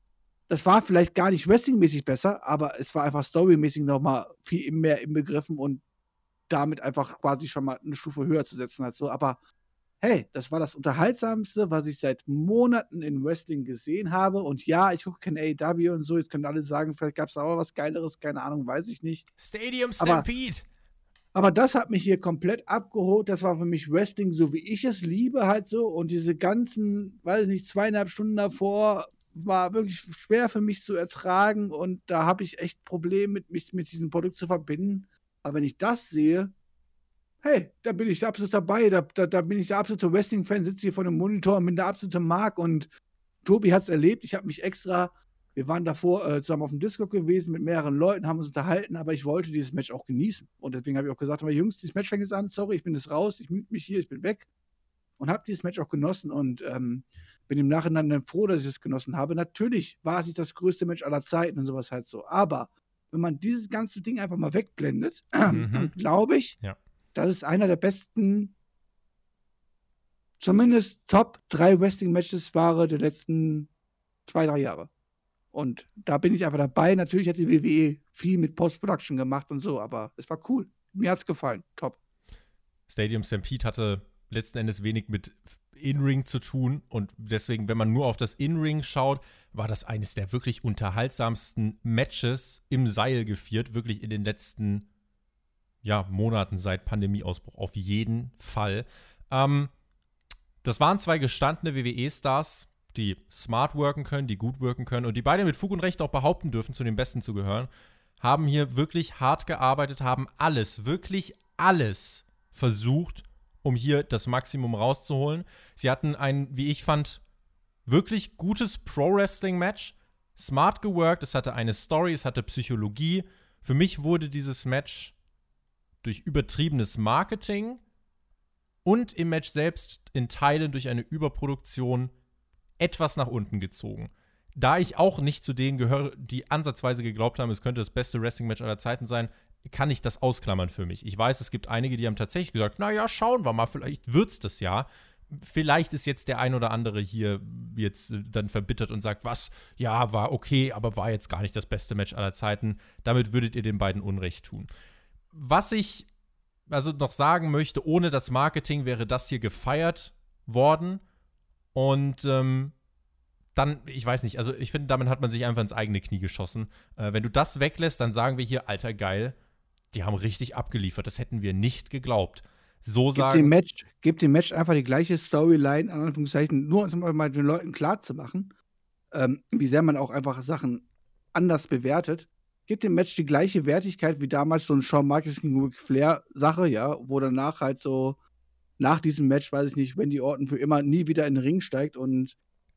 das war vielleicht gar nicht wrestlingmäßig besser, aber es war einfach storymäßig nochmal viel mehr inbegriffen und damit einfach quasi schon mal eine Stufe höher zu setzen halt so. Aber hey, das war das Unterhaltsamste, was ich seit Monaten in Wrestling gesehen habe. Und ja, ich gucke kein A E W und so. Jetzt können alle sagen, vielleicht gab es da auch was Geileres, keine Ahnung, weiß ich nicht. Stadium Stampede. Aber, aber das hat mich hier komplett abgeholt. Das war für mich Wrestling, so wie ich es liebe, halt so. Und diese ganzen, weiß ich nicht, zweieinhalb Stunden davor war wirklich schwer für mich zu ertragen. Und da habe ich echt Probleme mit, mich mit diesem Produkt zu verbinden. Aber wenn ich das sehe, hey, da bin ich absolut dabei, da, da, da bin ich der absolute Wrestling-Fan, sitze hier vor dem Monitor und bin der absolute Mark und Tobi hat es erlebt, ich habe mich extra, wir waren davor äh, zusammen auf dem Discord gewesen mit mehreren Leuten, haben uns unterhalten, aber ich wollte dieses Match auch genießen und deswegen habe ich auch gesagt, aber Jungs, dieses Match fängt jetzt an, sorry, ich bin jetzt raus, ich mute mich hier, ich bin weg und habe dieses Match auch genossen und ähm, bin im Nachhinein dann froh, dass ich es genossen habe. Natürlich war es nicht das größte Match aller Zeiten und sowas halt so, aber wenn man dieses ganze Ding einfach mal wegblendet, mhm. dann glaube ich, ja. Das ist einer der besten, zumindest Top drei Wrestling-Matches war der letzten zwei, drei Jahre. Und da bin ich einfach dabei. Natürlich hat die W W E viel mit Post-Production gemacht und so, aber es war cool. Mir hat's gefallen. Top. Stadium Stampede hatte letzten Endes wenig mit In-Ring zu tun und deswegen, wenn man nur auf das In-Ring schaut, war das eines der wirklich unterhaltsamsten Matches im Seil geführt, wirklich in den letzten ja, Monaten seit Pandemieausbruch, auf jeden Fall. Ähm, das waren zwei gestandene W W E-Stars, die smart worken können, die gut worken können und die beide mit Fug und Recht auch behaupten dürfen, zu den Besten zu gehören, haben hier wirklich hart gearbeitet, haben alles, wirklich alles versucht, um hier das Maximum rauszuholen. Sie hatten ein, wie ich fand, wirklich gutes Pro-Wrestling-Match. Smart geworkt, es hatte eine Story, es hatte Psychologie. Für mich wurde dieses Match durch übertriebenes Marketing und im Match selbst in Teilen durch eine Überproduktion etwas nach unten gezogen. Da ich auch nicht zu denen gehöre, die ansatzweise geglaubt haben, es könnte das beste Wrestling-Match aller Zeiten sein, kann ich das ausklammern für mich. Ich weiß, es gibt einige, die haben tatsächlich gesagt, naja, schauen wir mal, vielleicht wird's das ja. Vielleicht ist jetzt der ein oder andere hier jetzt dann verbittert und sagt, was, ja, war okay, aber war jetzt gar nicht das beste Match aller Zeiten. Damit würdet ihr den beiden Unrecht tun. Was ich also noch sagen möchte, ohne das Marketing wäre das hier gefeiert worden. Und ähm, dann, ich weiß nicht, also ich finde, damit hat man sich einfach ins eigene Knie geschossen. Äh, wenn du das weglässt, dann sagen wir hier, alter, geil, die haben richtig abgeliefert. Das hätten wir nicht geglaubt. So Gib sagen. dem Match, gib dem Match einfach die gleiche Storyline, an Anführungszeichen, nur um mal den Leuten klar zu machen, ähm, wie sehr man auch einfach Sachen anders bewertet. Gib dem Match die gleiche Wertigkeit wie damals so ein Shawn Michaels gegen Ric Flair Sache, ja, wo danach halt so nach diesem Match, weiß ich nicht, Randy Orton für immer nie wieder in den Ring steigt und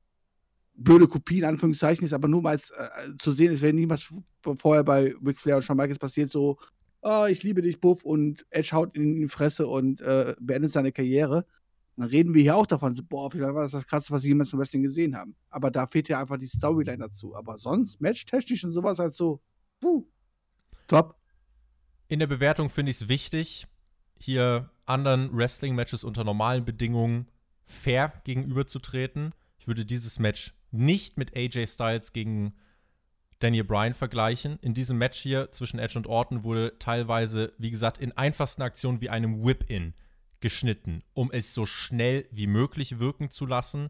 blöde Kopie in Anführungszeichen ist, aber nur mal als, äh, zu sehen, es wäre niemals vorher bei Ric Flair und Shawn Michaels passiert, so, oh, ich liebe dich, Buff, und Edge haut in die Fresse und äh, beendet seine Karriere. Dann reden wir hier auch davon, so, boah, vielleicht war das das Krasseste, was wir jemals im Wrestling gesehen haben. Aber da fehlt ja einfach die Storyline dazu. Aber sonst, matchtechnisch und sowas halt so, puh, top. In der Bewertung finde ich es wichtig, hier anderen Wrestling-Matches unter normalen Bedingungen fair gegenüberzutreten. Ich würde dieses Match nicht mit A J Styles gegen Daniel Bryan vergleichen. In diesem Match hier zwischen Edge und Orton wurde teilweise, wie gesagt, in einfachsten Aktionen wie einem Whip-In geschnitten, um es so schnell wie möglich wirken zu lassen.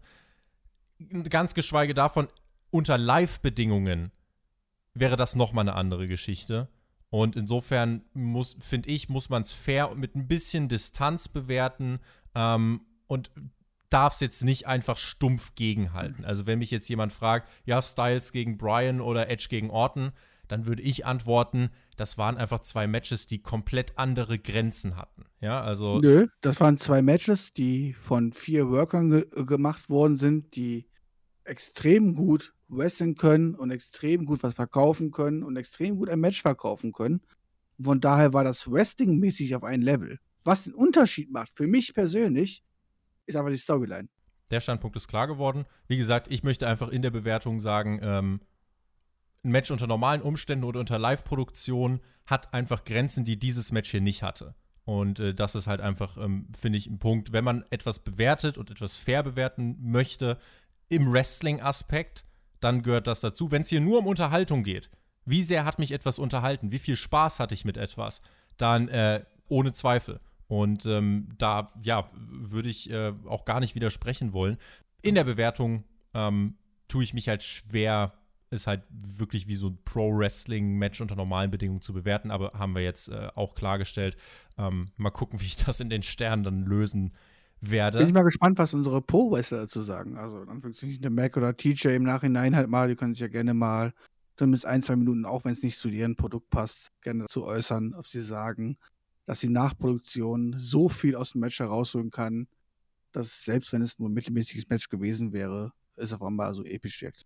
Ganz geschweige davon, unter Live-Bedingungen wäre das nochmal eine andere Geschichte. Und insofern muss, finde ich, muss man es fair und mit ein bisschen Distanz bewerten ähm, und darf es jetzt nicht einfach stumpf gegenhalten. Also wenn mich jetzt jemand fragt, ja, Styles gegen Bryan oder Edge gegen Orton, dann würde ich antworten, das waren einfach zwei Matches, die komplett andere Grenzen hatten. Ja, also Nö, das waren zwei Matches, die von vier Workern ge gemacht worden sind, die extrem gut wrestlen können und extrem gut was verkaufen können und extrem gut ein Match verkaufen können. Von daher war das Wrestling-mäßig auf einem Level. Was den Unterschied macht, für mich persönlich, ist aber die Storyline. Der Standpunkt ist klar geworden. Wie gesagt, ich möchte einfach in der Bewertung sagen, ähm, ein Match unter normalen Umständen oder unter Live-Produktion hat einfach Grenzen, die dieses Match hier nicht hatte. Und äh, das ist halt einfach, ähm, finde ich, ein Punkt, wenn man etwas bewertet und etwas fair bewerten möchte im Wrestling-Aspekt, dann gehört das dazu. Wenn es hier nur um Unterhaltung geht, wie sehr hat mich etwas unterhalten, wie viel Spaß hatte ich mit etwas, dann äh, ohne Zweifel. Und ähm, da, ja, würde ich äh, auch gar nicht widersprechen wollen. In der Bewertung ähm, tue ich mich halt schwer, es halt wirklich wie so ein Pro-Wrestling-Match unter normalen Bedingungen zu bewerten, aber haben wir jetzt äh, auch klargestellt. Ähm, mal gucken, wie ich das in den Sternen dann lösen werde. Bin ich mal gespannt, was unsere Pro-Wrestler dazu sagen. Also, dann wirklich der Mac oder T J im Nachhinein halt mal, die können sich ja gerne mal zumindest ein, zwei Minuten, auch wenn es nicht zu ihrem Produkt passt, gerne dazu äußern, ob sie sagen, dass die Nachproduktion so viel aus dem Match herausholen kann, dass selbst wenn es nur ein mittelmäßiges Match gewesen wäre, es auf einmal so episch wirkt.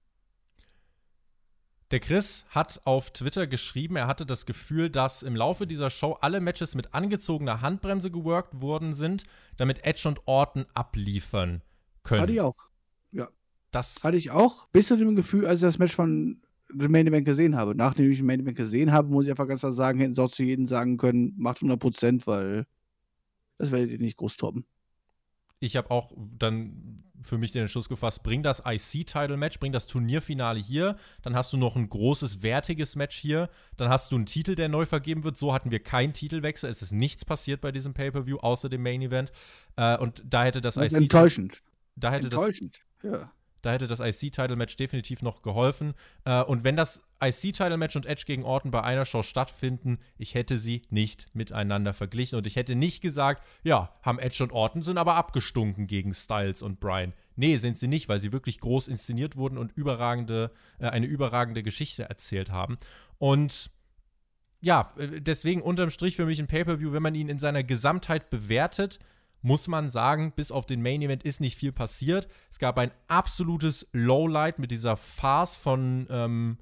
Der Chris hat auf Twitter geschrieben, er hatte das Gefühl, dass im Laufe dieser Show alle Matches mit angezogener Handbremse geworkt worden sind, damit Edge und Orton abliefern können. Hatte ich auch. Ja. Das hatte ich auch, bis zu dem Gefühl, als ich das Match von dem Main Event gesehen habe. Nachdem ich den Main Event gesehen habe, muss ich einfach ganz klar sagen, hätten sie auch zu jedem sagen können, macht hundert Prozent, weil das werdet ihr nicht groß toppen. Ich habe auch dann für mich den Entschluss gefasst, bring das I C-Title-Match, bring das Turnierfinale hier, dann hast du noch ein großes, wertiges Match hier, dann hast du einen Titel, der neu vergeben wird. So hatten wir keinen Titelwechsel, es ist nichts passiert bei diesem Pay-Per-View, außer dem Main-Event. Äh, und da hätte das I C Enttäuschend. Da hätte Enttäuschend, das, ja. Da hätte das I C-Title-Match definitiv noch geholfen. Äh, und wenn das I C-Title-Match und Edge gegen Orton bei einer Show stattfinden, ich hätte sie nicht miteinander verglichen. Und ich hätte nicht gesagt, ja, haben Edge und Orton, sind aber abgestunken gegen Styles und Bryan. Nee, sind sie nicht, weil sie wirklich groß inszeniert wurden und überragende, äh, eine überragende Geschichte erzählt haben. Und ja, deswegen unterm Strich für mich ein Pay-Per-View, wenn man ihn in seiner Gesamtheit bewertet, muss man sagen, bis auf den Main Event ist nicht viel passiert. Es gab ein absolutes Lowlight mit dieser Farce von ähm,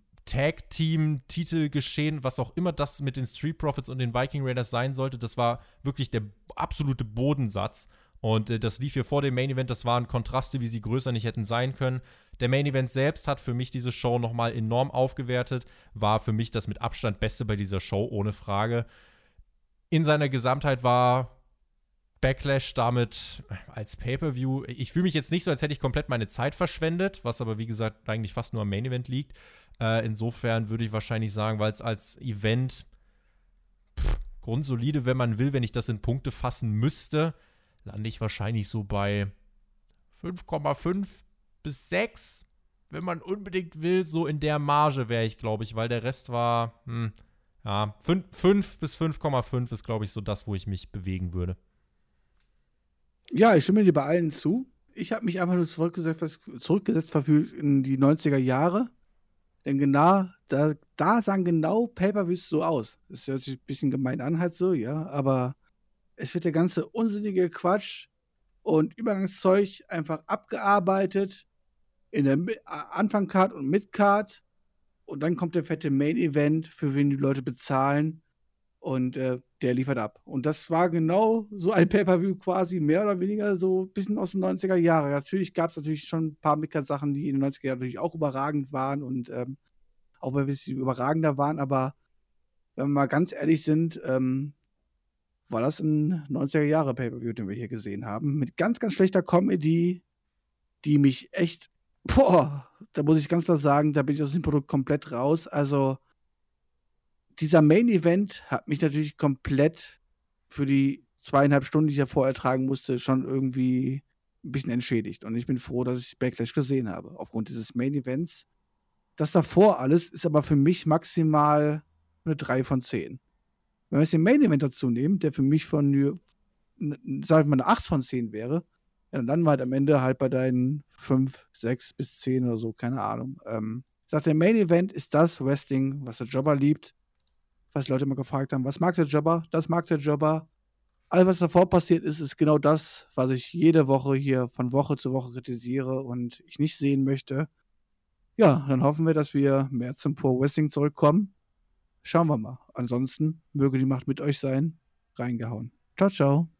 Tag-Team-Titelgeschehen, was auch immer das mit den Street Profits und den Viking Raiders sein sollte. Das war wirklich der absolute Bodensatz. Und äh, das lief hier vor dem Main Event. Das waren Kontraste, wie sie größer nicht hätten sein können. Der Main Event selbst hat für mich diese Show nochmal enorm aufgewertet. War für mich das mit Abstand Beste bei dieser Show, ohne Frage. In seiner Gesamtheit war Backlash damit als Pay-Per-View. Ich fühle mich jetzt nicht so, als hätte ich komplett meine Zeit verschwendet, was aber, wie gesagt, eigentlich fast nur am Main Event liegt. Äh, insofern würde ich wahrscheinlich sagen, weil es als Event pff, grundsolide, wenn man will, wenn ich das in Punkte fassen müsste, lande ich wahrscheinlich so bei fünf Komma fünf bis sechs. Wenn man unbedingt will, so in der Marge wäre ich, glaube ich, weil der Rest war, hm, ja, fünf bis fünf Komma fünf ist, glaube ich, so das, wo ich mich bewegen würde. Ja, ich stimme dir bei allen zu. Ich habe mich einfach nur zurückgesetzt, zurückgesetzt verfühlt in die neunziger Jahre. Denn genau, da, da sahen genau Pay-Per-Views so aus. Das hört sich ein bisschen gemein an, halt so, ja. Aber es wird der ganze unsinnige Quatsch und Übergangszeug einfach abgearbeitet in der Mi- A- Anfang-Card und Mid-Card. Und dann kommt der fette Main-Event, für wen die Leute bezahlen. Und äh, der liefert ab. Und das war genau so ein Pay-Per-View quasi, mehr oder weniger so ein bisschen aus den neunziger Jahren. Natürlich gab es natürlich schon ein paar Mid-Card-Sachen, die in den neunziger Jahren natürlich auch überragend waren und ähm, auch ein bisschen überragender waren. Aber wenn wir mal ganz ehrlich sind, ähm, war das ein neunziger Jahre Pay-Per-View, den wir hier gesehen haben. Mit ganz, ganz schlechter Comedy, die mich echt, boah, da muss ich ganz klar sagen, da bin ich aus dem Produkt komplett raus. Also, dieser Main-Event hat mich natürlich komplett für die zweieinhalb Stunden, die ich davor ertragen musste, schon irgendwie ein bisschen entschädigt. Und ich bin froh, dass ich Backlash gesehen habe, aufgrund dieses Main-Events. Das davor alles ist aber für mich maximal eine drei von zehn. Wenn wir jetzt den Main-Event dazu nehmen, der für mich von, nur, n- sag ich mal, eine acht von zehn wäre, ja, dann war halt am Ende halt bei deinen fünf, sechs bis zehn oder so, keine Ahnung. Ähm, ich sag, der Main-Event ist das Wrestling, was der Jobber liebt, was die Leute immer gefragt haben, was mag der Jobber? Das mag der Jobber. Alles, was davor passiert ist, ist genau das, was ich jede Woche hier von Woche zu Woche kritisiere und ich nicht sehen möchte. Ja, dann hoffen wir, dass wir mehr zum Pro Wrestling zurückkommen. Schauen wir mal. Ansonsten möge die Macht mit euch sein. Reingehauen. Ciao, ciao.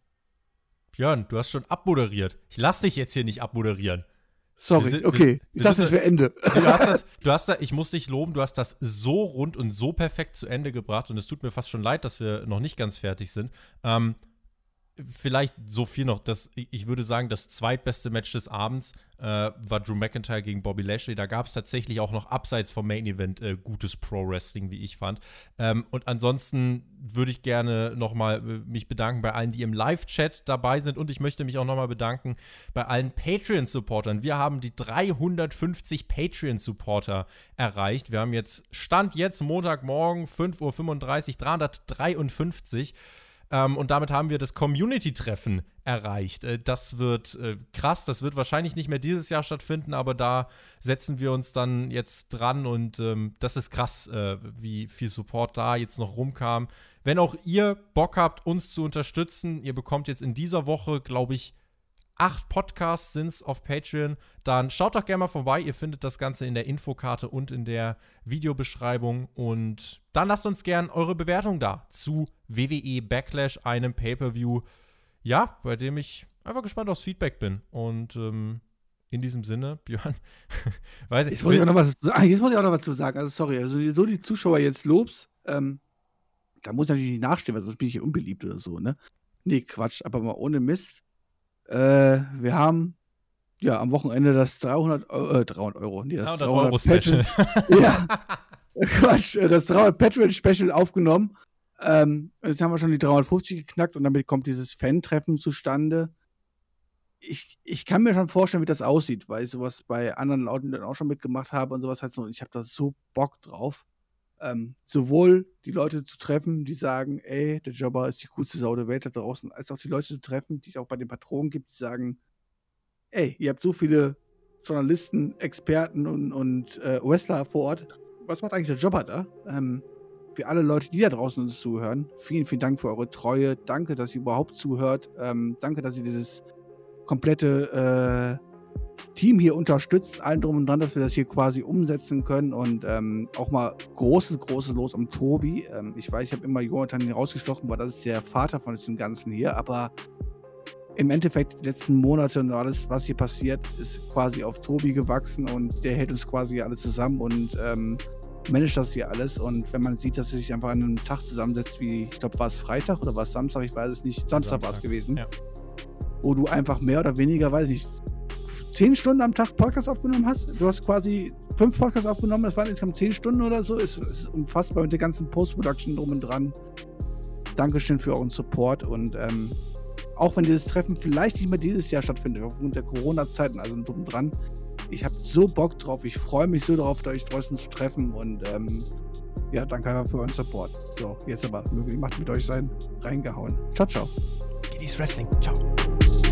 Björn, du hast schon abmoderiert. Ich lass dich jetzt hier nicht abmoderieren. Sorry, Wir sind- okay. wir- Ich wir dachte, sind- es wäre Ende. Du hast das, du hast da, ich muss dich loben, du hast das so rund und so perfekt zu Ende gebracht und es tut mir fast schon leid, dass wir noch nicht ganz fertig sind. Ähm, vielleicht so viel noch, dass ich ich würde sagen, das zweitbeste Match des Abends äh, war Drew McIntyre gegen Bobby Lashley. Da gab es tatsächlich auch noch abseits vom Main Event äh, gutes Pro-Wrestling, wie ich fand. Ähm, und ansonsten würde ich gerne nochmal äh, mich bedanken bei allen, die im Live-Chat dabei sind. Und ich möchte mich auch nochmal bedanken bei allen Patreon-Supportern. Wir haben die dreihundertfünfzig Patreon-Supporter erreicht. Wir haben jetzt, Stand jetzt, Montagmorgen, fünf Uhr fünfunddreißig, dreihundertdreiundfünfzig. Ähm, und damit haben wir das Community-Treffen erreicht. Äh, das wird äh, krass, das wird wahrscheinlich nicht mehr dieses Jahr stattfinden, aber da setzen wir uns dann jetzt dran und ähm, das ist krass, äh, wie viel Support da jetzt noch rumkam. Wenn auch ihr Bock habt, uns zu unterstützen, ihr bekommt jetzt in dieser Woche, glaube ich, acht Podcasts sind es auf Patreon. Dann schaut doch gerne mal vorbei. Ihr findet das Ganze in der Infokarte und in der Videobeschreibung. Und dann lasst uns gerne eure Bewertung da zu W W E Backlash, einem Pay-Per-View, ja, bei dem ich einfach gespannt aufs Feedback bin. Und ähm, in diesem Sinne, Björn, weiß ich Jetzt muss ich auch noch was, ah, jetzt muss ich auch noch was zu sagen. Also, sorry, also so die Zuschauer jetzt lobst, ähm, da muss ich natürlich nicht nachstehen, weil sonst bin ich hier unbeliebt oder so, ne? Nee, Quatsch, aber mal ohne Mist. Äh, wir haben ja am Wochenende das dreihundert Euro, äh, dreihundert Euro, nee, das dreihundert Euro Special. Ja, Quatsch, äh, das dreihundert Patreon Special aufgenommen. Ähm, jetzt haben wir schon die dreihundertfünfzig geknackt und damit kommt dieses Fan-Treffen zustande. Ich, ich kann mir schon vorstellen, wie das aussieht, weil ich sowas bei anderen Leuten dann auch schon mitgemacht habe und sowas halt so. Und ich habe da so Bock drauf. Ähm, sowohl die Leute zu treffen, die sagen, ey, der Jobber ist die coolste Sau der Welt da draußen, als auch die Leute zu treffen, die es auch bei den Patronen gibt, die sagen, ey, ihr habt so viele Journalisten, Experten und, und äh, Wrestler vor Ort. Was macht eigentlich der Jobber da? Ähm, für alle Leute, die da draußen uns zuhören, vielen, vielen Dank für eure Treue. Danke, dass ihr überhaupt zuhört. Ähm, danke, dass ihr dieses komplette äh, Team hier unterstützt, allen drum und dran, dass wir das hier quasi umsetzen können. Und ähm, auch mal großes, großes Los am Tobi. Ähm, ich weiß, ich habe immer Jonathan hier rausgestochen, weil das ist der Vater von diesem Ganzen hier. Aber im Endeffekt, die letzten Monate und alles, was hier passiert, ist quasi auf Tobi gewachsen. Und der hält uns quasi alle zusammen und ähm, managt das hier alles. Und wenn man sieht, dass er sich einfach an einem Tag zusammensetzt, wie, ich glaube, war es Freitag oder war es Samstag? Ich weiß es nicht. Samstag, Samstag. war es gewesen. Ja. Wo du einfach mehr oder weniger, weiß ich nicht, zehn Stunden am Tag Podcast aufgenommen hast. Du hast quasi fünf Podcasts aufgenommen, das waren insgesamt zehn Stunden oder so. Es ist unfassbar mit der ganzen Post-Production drum und dran. Dankeschön für euren Support und ähm, auch wenn dieses Treffen vielleicht nicht mehr dieses Jahr stattfindet, aufgrund der Corona-Zeiten, also drum und dran, ich habe so Bock drauf, ich freue mich so darauf, euch draußen zu treffen und ähm, ja, danke einfach für euren Support. So, jetzt aber, möge die Macht mit euch sein, reingehauen. Ciao, ciao. Genieß Wrestling. Ciao.